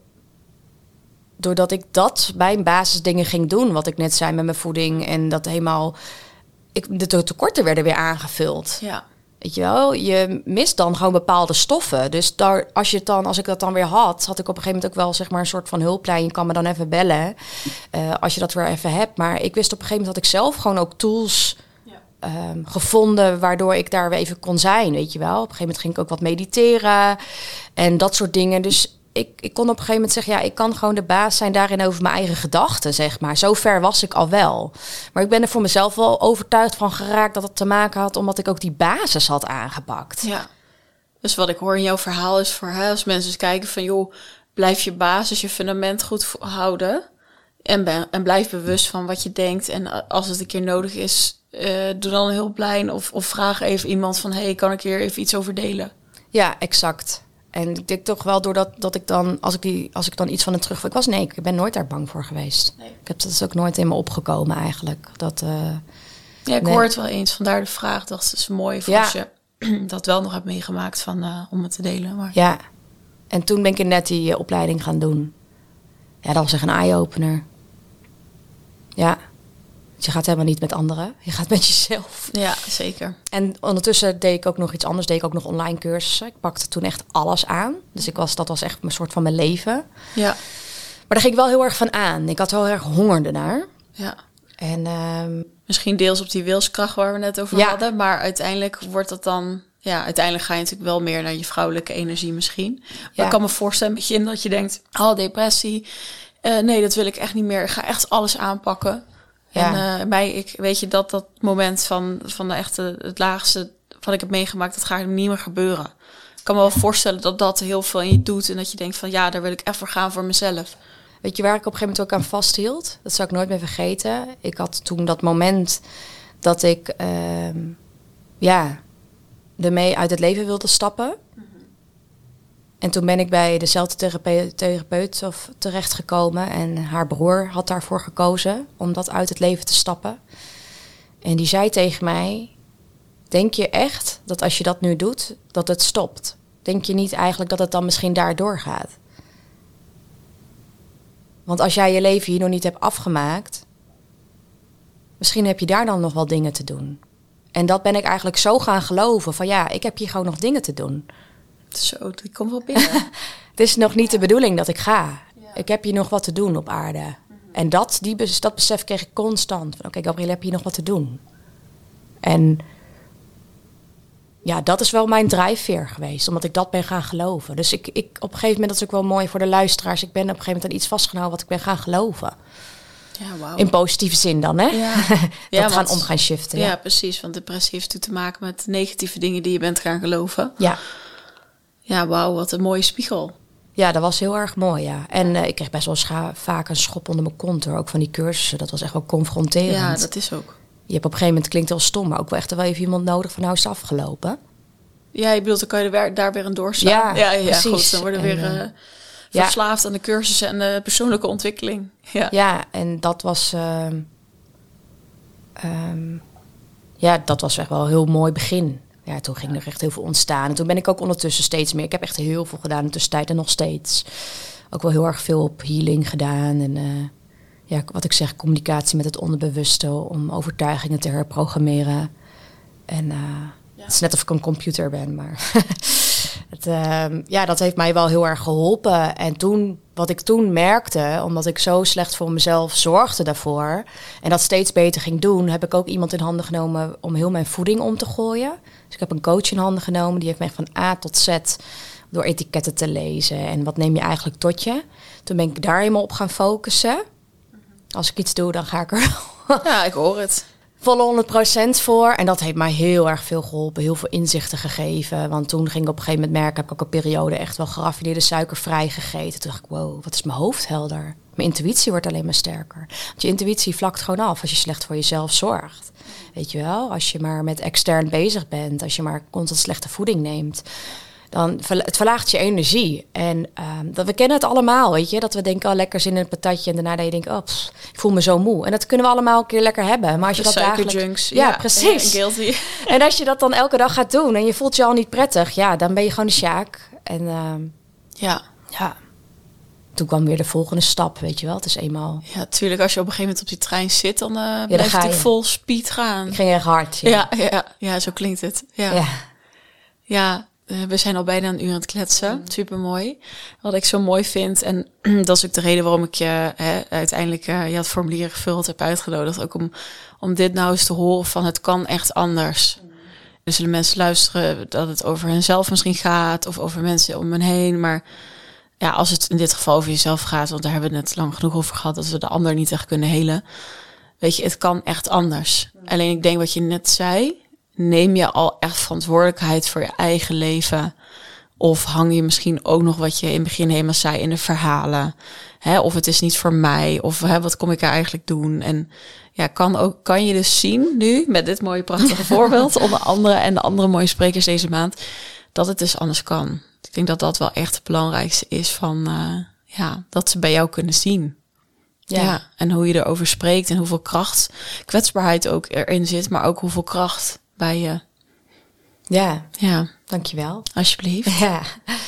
Speaker 2: doordat ik dat bij basisdingen ging doen, wat ik net zei met mijn voeding en dat helemaal... Ik, de tekorten werden weer aangevuld.
Speaker 3: Ja.
Speaker 2: Weet je wel, je mist dan gewoon bepaalde stoffen. Dus daar, als je het dan, als ik dat dan weer had, had ik op een gegeven moment ook wel zeg maar een soort van hulplijn. Je kan me dan even bellen uh, als je dat weer even hebt. Maar ik wist op een gegeven moment dat ik zelf gewoon ook tools ja. um, gevonden waardoor ik daar weer even kon zijn. Weet je wel, op een gegeven moment ging ik ook wat mediteren en dat soort dingen. Dus Ik, ik kon op een gegeven moment zeggen, ja, ik kan gewoon de baas zijn daarin over mijn eigen gedachten, zeg maar. Zo ver was ik al wel. Maar ik ben er voor mezelf wel overtuigd van geraakt dat het te maken had omdat ik ook die basis had aangepakt.
Speaker 3: Ja. Dus wat ik hoor in jouw verhaal is voor hè, als mensen eens kijken van, joh, blijf je basis, je fundament goed houden. En, ben, en blijf bewust van wat je denkt. En als het een keer nodig is, uh, doe dan een hulplijn of, of vraag even iemand van, hey, kan ik hier even iets over delen?
Speaker 2: Ja, exact. En ik denk toch wel doordat dat ik dan, als ik, die, als ik dan iets van een terugval... Ik was, nee, ik ben nooit daar bang voor geweest. Nee. Ik heb dat is ook nooit in me opgekomen eigenlijk. Dat, uh,
Speaker 3: ja, ik
Speaker 2: nee.
Speaker 3: hoor het wel eens. Vandaar de vraag, dat is mooi voor ja. als je dat wel nog hebt meegemaakt van, uh, om het te delen. Maar...
Speaker 2: Ja, en toen ben ik net die uh, opleiding gaan doen. Ja, dat was echt een eye-opener. Ja. Je gaat helemaal niet met anderen. Je gaat met jezelf.
Speaker 3: Ja, zeker.
Speaker 2: En ondertussen deed ik ook nog iets anders. Deed ik ook nog online cursussen. Ik pakte toen echt alles aan. Dus ik was, dat was echt een soort van mijn leven.
Speaker 3: Ja.
Speaker 2: Maar daar ging ik wel heel erg van aan. Ik had wel heel erg honger ernaar.
Speaker 3: Ja.
Speaker 2: En, um,
Speaker 3: misschien deels op die wilskracht waar we net over ja. hadden. Maar uiteindelijk wordt dat dan... Ja, uiteindelijk ga je natuurlijk wel meer naar je vrouwelijke energie misschien. Maar ja. ik kan me voorstellen met je dat je denkt... Oh, depressie. Uh, nee, dat wil ik echt niet meer. Ik ga echt alles aanpakken. Ja. En uh, bij ik weet je dat dat moment van, van de echte, het laagste wat ik heb meegemaakt, dat gaat niet meer gebeuren. Ik kan me wel voorstellen dat dat heel veel in je doet en dat je denkt van ja, daar wil ik echt voor gaan voor mezelf.
Speaker 2: Weet je waar ik op een gegeven moment ook aan vasthield? Dat zou ik nooit meer vergeten. Ik had toen dat moment dat ik uh, ja, ermee uit het leven wilde stappen. Mm-hmm. En toen ben ik bij dezelfde therapeut, therapeut of terechtgekomen. En haar broer had daarvoor gekozen om dat uit het leven te stappen. En die zei tegen mij, denk je echt dat als je dat nu doet, dat het stopt? Denk je niet eigenlijk dat het dan misschien daardoor gaat? Want als jij je leven hier nog niet hebt afgemaakt, misschien heb je daar dan nog wel dingen te doen. En dat ben ik eigenlijk zo gaan geloven van ja, ik heb hier gewoon nog dingen te doen.
Speaker 3: Zo, die komt wel binnen.
Speaker 2: Het is nog niet de bedoeling dat ik ga. Ja. Ik heb hier nog wat te doen op aarde. Mm-hmm. En dat, die, dat besef kreeg ik constant. Oké, okay, Gabrielle, heb je nog wat te doen? En ja, dat is wel mijn drijfveer geweest. Omdat ik dat ben gaan geloven. Dus ik, ik, op een gegeven moment, dat is ook wel mooi voor de luisteraars. Ik ben op een gegeven moment aan iets vastgehouden wat ik ben gaan geloven.
Speaker 3: Ja, wow.
Speaker 2: In positieve zin dan, hè?
Speaker 3: Ja.
Speaker 2: dat
Speaker 3: ja,
Speaker 2: gaan om gaan shiften.
Speaker 3: Ja,
Speaker 2: ja,
Speaker 3: precies. Want depressie heeft te maken met negatieve dingen die je bent gaan geloven.
Speaker 2: Ja.
Speaker 3: Ja, wauw, wat een mooie spiegel.
Speaker 2: Ja, dat was heel erg mooi, ja. En uh, ik kreeg best wel scha- vaak een schop onder mijn kont, hoor. Ook van die cursussen. Dat was echt wel confronterend.
Speaker 3: Ja, dat is ook.
Speaker 2: Je hebt op een gegeven moment, klinkt heel stom, maar ook wel echt wel even iemand nodig van nou is het afgelopen.
Speaker 3: Ja, je bedoelt, dan kan je er weer, daar weer een doorslaan.
Speaker 2: Ja,
Speaker 3: ja, ja,
Speaker 2: precies.
Speaker 3: Goed, dan worden we weer uh,
Speaker 2: ja.
Speaker 3: verslaafd aan de cursussen en de persoonlijke ontwikkeling. Ja,
Speaker 2: ja en dat was... Uh, um, ja, dat was echt wel een heel mooi begin. Ja, toen ging er echt heel veel ontstaan. En toen ben ik ook ondertussen steeds meer... Ik heb echt heel veel gedaan in de tussentijd en nog steeds. Ook wel heel erg veel op healing gedaan. En uh, ja, wat ik zeg, communicatie met het onderbewuste... om overtuigingen te herprogrammeren. En uh, ja. Het is net of ik een computer ben, maar... het, uh, ja, dat heeft mij wel heel erg geholpen. En toen, wat ik toen merkte... omdat ik zo slecht voor mezelf zorgde daarvoor... en dat steeds beter ging doen... heb ik ook iemand in handen genomen om heel mijn voeding om te gooien... Dus ik heb een coach in handen genomen. Die heeft mij van A tot Z door etiketten te lezen. En wat neem je eigenlijk tot je? Toen ben ik daar helemaal op gaan focussen. Als ik iets doe, dan ga ik er
Speaker 3: ja, ik hoor het.
Speaker 2: volle honderd procent voor. En dat heeft mij heel erg veel geholpen. Heel veel inzichten gegeven. Want toen ging ik op een gegeven moment merken... heb ik ook een periode echt wel geraffineerde suikervrij gegeten. Toen dacht ik, wow, wat is mijn hoofd helder. Mijn intuïtie wordt alleen maar sterker. Want je intuïtie vlakt gewoon af als je slecht voor jezelf zorgt. Weet je wel, als je maar met extern bezig bent, als je maar constant slechte voeding neemt, dan verla- het verlaagt je energie. En uh, dat, we kennen het allemaal, weet je, dat we denken, oh, lekker zin in een patatje en daarna dat je denkt, oh, pff, ik voel me zo moe. En dat kunnen we allemaal een keer lekker hebben. Maar als je
Speaker 3: de
Speaker 2: dat dagelijks...
Speaker 3: suikerjunks.
Speaker 2: Ja,
Speaker 3: ja,
Speaker 2: precies.
Speaker 3: Ja, guilty.
Speaker 2: En als je dat dan elke dag gaat doen en je voelt je al niet prettig, ja, dan ben je gewoon een sjaak. En uh,
Speaker 3: ja,
Speaker 2: ja. Toen kwam weer de volgende stap, weet je wel. Het is eenmaal...
Speaker 3: Ja, tuurlijk. Als je op een gegeven moment op die trein zit, dan uh,
Speaker 2: ja,
Speaker 3: blijf
Speaker 2: dan
Speaker 3: je
Speaker 2: je
Speaker 3: vol speed gaan.
Speaker 2: Ik ging echt hard. Ja,
Speaker 3: ja, ja, ja, zo klinkt het. Ja,
Speaker 2: ja.
Speaker 3: ja uh, we zijn al bijna een uur aan het kletsen. Mm. Super mooi. Wat ik zo mooi vind, en dat is ook de reden waarom ik je hè, uiteindelijk uh, je had formulier gevuld, heb uitgenodigd. Ook om, om dit nou eens te horen van het kan echt anders. Mm. Er zullen mensen luisteren dat het over henzelf misschien gaat of over mensen om hen heen, maar... Ja, als het in dit geval over jezelf gaat, want daar hebben we het net lang genoeg over gehad, dat we de ander niet echt kunnen helen. Weet je, het kan echt anders. Ja. Alleen ik denk wat je net zei, neem je al echt verantwoordelijkheid voor je eigen leven? Of hang je misschien ook nog wat je in het begin helemaal zei in de verhalen? Hè, of het is niet voor mij, of hè, wat kom ik er eigenlijk doen? En ja, kan, ook, kan je dus zien nu, met dit mooie prachtige voorbeeld, onder andere en de andere mooie sprekers deze maand, dat het dus anders kan. Ik denk dat dat wel echt het belangrijkste is van, uh, ja, dat ze bij jou kunnen zien. Ja. ja. En hoe je erover spreekt en hoeveel kracht, kwetsbaarheid ook erin zit, maar ook hoeveel kracht bij je.
Speaker 2: Ja,
Speaker 3: ja.
Speaker 2: Dankjewel.
Speaker 3: Alsjeblieft.
Speaker 2: Ja.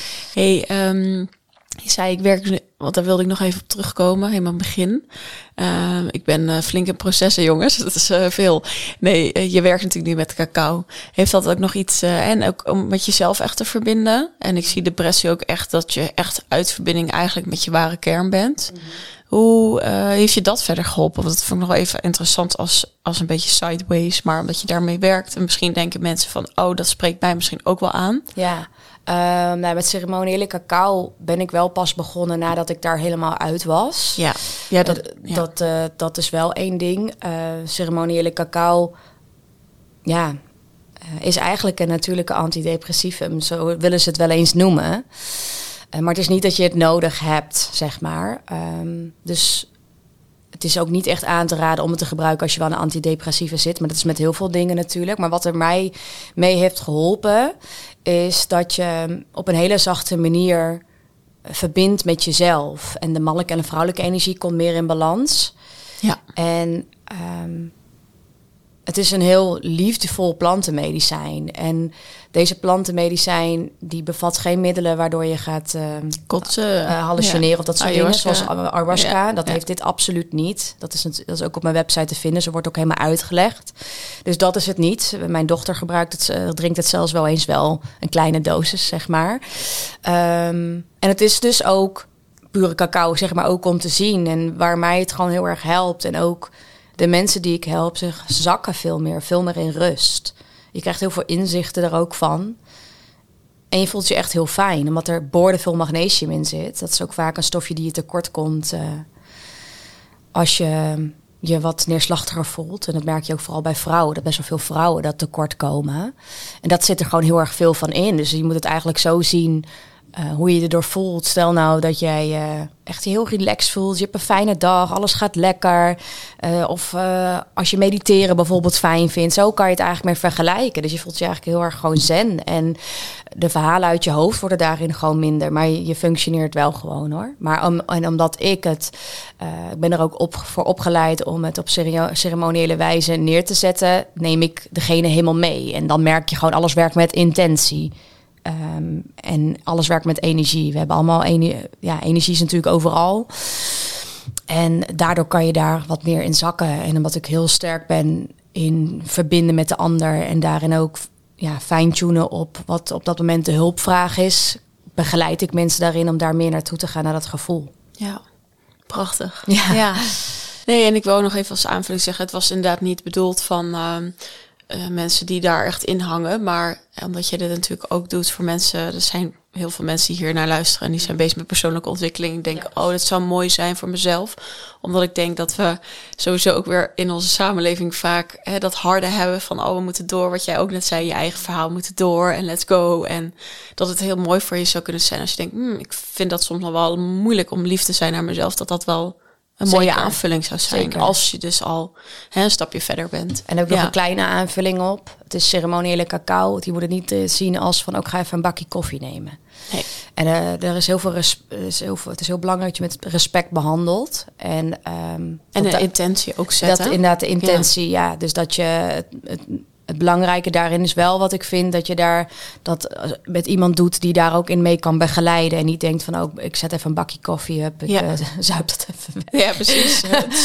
Speaker 3: Hey, um, je zei ik werk, want daar wilde ik nog even op terugkomen, helemaal in het begin. Uh, ik ben uh, flink in processen, jongens. Dat is uh, veel. Nee, uh, je werkt natuurlijk nu met cacao. Heeft dat ook nog iets, uh, en ook om met jezelf echt te verbinden? En ik zie depressie ook echt dat je echt uit verbinding eigenlijk met je ware kern bent. Mm-hmm. Hoe uh, heeft je dat verder geholpen? Want dat vond ik nog wel even interessant als, als een beetje sideways, maar omdat je daarmee werkt. En misschien denken mensen van, oh, dat spreekt mij misschien ook wel aan.
Speaker 2: Ja. Uh, nou, met ceremoniële cacao ben ik wel pas begonnen nadat ik daar helemaal uit was.
Speaker 3: Ja, ja, dat,
Speaker 2: uh,
Speaker 3: ja.
Speaker 2: dat, uh, dat is wel één ding. Uh, ceremoniële cacao, ja, uh, is eigenlijk een natuurlijke antidepressivum. Zo willen ze het wel eens noemen. Uh, maar het is niet dat je het nodig hebt, zeg maar. Um, dus het is ook niet echt aan te raden om het te gebruiken als je wel een antidepressieve zit. Maar dat is met heel veel dingen natuurlijk. Maar wat er mij mee heeft geholpen, is dat je op een hele zachte manier verbindt met jezelf. En de mannelijke en de vrouwelijke energie komt meer in balans.
Speaker 3: Ja.
Speaker 2: En um, het is een heel liefdevol plantenmedicijn. En deze plantenmedicijn die bevat geen middelen waardoor je gaat uh,
Speaker 3: kotsen,
Speaker 2: uh, hallucineren ja. of dat soort
Speaker 3: ayahuasca.
Speaker 2: dingen. Zoals ayahuasca. Ja. Dat
Speaker 3: ja.
Speaker 2: heeft dit absoluut niet. Dat is, dat is ook op mijn website te vinden. Ze wordt ook helemaal uitgelegd. Dus dat is het niet. Mijn dochter gebruikt het, uh, drinkt het zelfs wel eens wel. Een kleine dosis, zeg maar. Um, en het is dus ook pure cacao, zeg maar, ook om te zien. En waar mij het gewoon heel erg helpt. En ook de mensen die ik help, ze zakken veel meer, veel meer in rust. Je krijgt heel veel inzichten er ook van. En je voelt je echt heel fijn, omdat er boordevol magnesium in zit. Dat is ook vaak een stofje die je tekort komt uh, als je je wat neerslachtiger voelt. En dat merk je ook vooral bij vrouwen, dat best wel veel vrouwen dat tekort komen. En dat zit er gewoon heel erg veel van in. Dus je moet het eigenlijk zo zien, Uh, hoe je je erdoor voelt. Stel nou dat jij uh, echt heel relaxed voelt. Je hebt een fijne dag. Alles gaat lekker. Uh, of uh, als je mediteren bijvoorbeeld fijn vindt. Zo kan je het eigenlijk mee vergelijken. Dus je voelt je eigenlijk heel erg gewoon zen. En de verhalen uit je hoofd worden daarin gewoon minder. Maar je, je functioneert wel gewoon hoor. Maar om, en omdat ik het... Uh, ik ben er ook op, voor opgeleid om het op ceremonie- ceremoniële wijze neer te zetten. Neem ik degene helemaal mee. En dan merk je gewoon alles werkt met intentie. Um, en alles werkt met energie. We hebben allemaal ene- ja, energie is natuurlijk overal. En daardoor kan je daar wat meer in zakken. En omdat ik heel sterk ben in verbinden met de ander en daarin ook ja, fine-tunen op wat op dat moment de hulpvraag is, begeleid ik mensen daarin om daar meer naartoe te gaan, naar dat gevoel.
Speaker 3: Ja, prachtig.
Speaker 2: Ja.
Speaker 3: ja. Nee, en ik wil nog even als aanvulling zeggen, het was inderdaad niet bedoeld van uh, uh, mensen die daar echt in hangen, maar omdat je dit natuurlijk ook doet voor mensen, er zijn heel veel mensen die hier naar luisteren en die zijn bezig met persoonlijke ontwikkeling. Ik denk, oh, dat zou mooi zijn voor mezelf. Omdat ik denk dat we sowieso ook weer in onze samenleving vaak hè, dat harde hebben van, oh, we moeten door. Wat jij ook net zei, je eigen verhaal moeten door en let's go. En dat het heel mooi voor je zou kunnen zijn als je denkt, hmm, ik vind dat soms nog wel moeilijk om lief te zijn naar mezelf. Dat dat wel een mooie
Speaker 2: Zeker.
Speaker 3: aanvulling zou zijn.
Speaker 2: Zeker.
Speaker 3: Als je dus al hè, een stapje verder bent.
Speaker 2: En ook nog
Speaker 3: Ja.
Speaker 2: een kleine aanvulling op. Het is ceremoniële cacao. Die moet het niet uh, zien als van, ook oh, ga even een bakje koffie nemen.
Speaker 3: Nee.
Speaker 2: En uh, er is heel veel, res- is heel veel, het is heel belangrijk dat je met respect behandelt. En, um,
Speaker 3: En
Speaker 2: dat
Speaker 3: de
Speaker 2: da-
Speaker 3: intentie ook zetten.
Speaker 2: Dat inderdaad de intentie, ja. ja dus dat je het, het, het belangrijke daarin is wel wat ik vind, dat je daar dat met iemand doet die daar ook in mee kan begeleiden. En niet denkt van, oh, ik zet even een bakje koffie op, ik
Speaker 3: Ja.
Speaker 2: uh, zuip dat even weg.
Speaker 3: Ja, precies.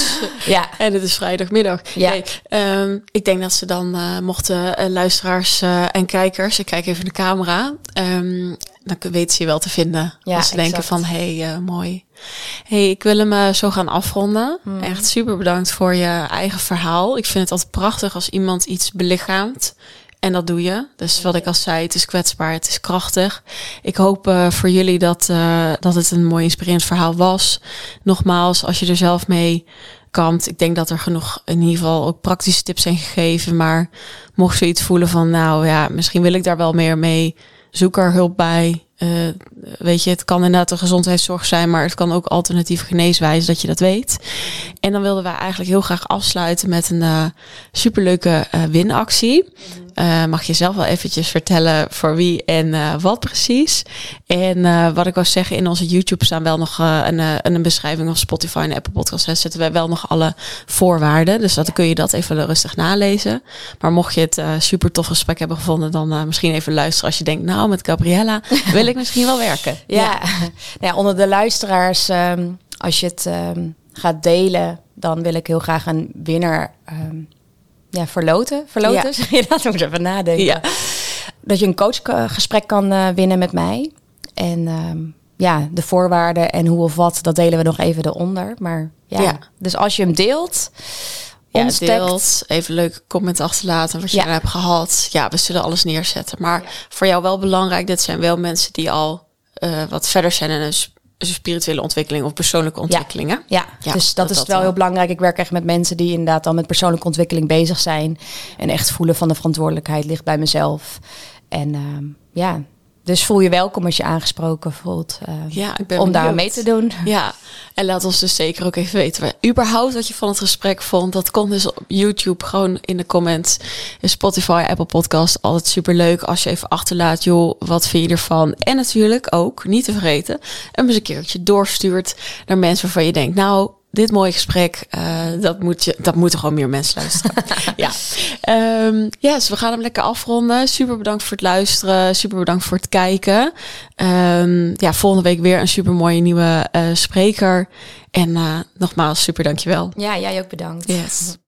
Speaker 2: Ja.
Speaker 3: En het is vrijdagmiddag.
Speaker 2: Ja.
Speaker 3: Nee, um, ik denk dat ze dan uh, mochten uh, luisteraars uh, en kijkers, ik kijk even in de camera, um, dan weten ze je wel te vinden.
Speaker 2: Ja,
Speaker 3: als ze denken
Speaker 2: exact.
Speaker 3: van, hé, hey, uh, mooi. hey, ik wil hem uh, zo gaan afronden.
Speaker 2: Hmm.
Speaker 3: Echt super bedankt voor je eigen verhaal. Ik vind het altijd prachtig als iemand iets belichaamt. En dat doe je. Dus wat ik al zei, het is kwetsbaar, het is krachtig. Ik hoop uh, voor jullie dat, uh, dat het een mooi inspirerend verhaal was. Nogmaals, als je er zelf mee kampt. Ik denk dat er genoeg in ieder geval ook praktische tips zijn gegeven. Maar mocht je iets voelen van, nou ja, misschien wil ik daar wel meer mee. Zoek er hulp bij. Uh, weet je, het kan inderdaad een gezondheidszorg zijn, maar het kan ook alternatieve geneeswijze, dat je dat weet. En dan wilden wij eigenlijk heel graag afsluiten met een uh, superleuke uh, winactie. Uh, mag je zelf wel eventjes vertellen voor wie en uh, wat precies. En uh, wat ik wou zeggen, in onze YouTube staan wel nog uh, een, uh, een beschrijving of Spotify en Apple Podcasts. Daar zetten wij wel nog alle voorwaarden. Dus dat kun je dat even rustig nalezen. Maar mocht je het uh, super tof gesprek hebben gevonden, dan uh, misschien even luisteren als je denkt, nou, met Gabriella wil ik misschien wel werken.
Speaker 2: Ja, ja. Nou ja, onder de luisteraars, um, als je het um, gaat delen, dan wil ik heel graag een winnaar um, ja, verloten. Verloten,
Speaker 3: Ja.
Speaker 2: zeg je dat? Moet ik even nadenken.
Speaker 3: Ja.
Speaker 2: Dat je een coachgesprek kan uh, winnen met mij. En um, ja, de voorwaarden en hoe of wat, dat delen we nog even eronder. Maar ja,
Speaker 3: Ja.
Speaker 2: dus als je hem deelt,
Speaker 3: Ja,
Speaker 2: ons tagt-
Speaker 3: deelt, even een leuke comment achterlaten wat je
Speaker 2: Ja.
Speaker 3: er hebt gehad. Ja, we zullen alles neerzetten. Maar
Speaker 2: Ja.
Speaker 3: voor jou wel belangrijk, dit zijn wel mensen die al uh, wat verder zijn in een, sp- een spirituele ontwikkeling of persoonlijke ontwikkelingen.
Speaker 2: Ja,
Speaker 3: Ja,
Speaker 2: dus dat,
Speaker 3: dat
Speaker 2: is
Speaker 3: dat
Speaker 2: wel
Speaker 3: wel.
Speaker 2: heel belangrijk. Ik werk echt met mensen die inderdaad al met persoonlijke ontwikkeling bezig zijn. En echt voelen van de verantwoordelijkheid ligt bij mezelf. En um, ja, dus voel je welkom als je aangesproken voelt uh,
Speaker 3: Ja, ik ben
Speaker 2: om daar
Speaker 3: benieuwd.
Speaker 2: mee te doen.
Speaker 3: Ja, en laat ons dus zeker ook even weten wat überhaupt wat je van het gesprek vond. Dat komt dus op YouTube gewoon in de comments. Spotify, Apple Podcast, altijd super leuk als je even achterlaat, joh, wat vind je ervan? En natuurlijk ook, niet te vergeten, hem eens een keertje doorstuurt naar mensen waarvan je denkt, nou, dit mooie gesprek, uh, dat moet je, dat moeten gewoon meer mensen luisteren. ja, um, ja, dus we gaan hem lekker afronden. Super bedankt voor het luisteren. Super bedankt voor het kijken. Um, ja, volgende week weer een super mooie nieuwe uh, spreker. En uh, nogmaals, super dankjewel.
Speaker 2: Ja, jij ook bedankt.
Speaker 3: Yes.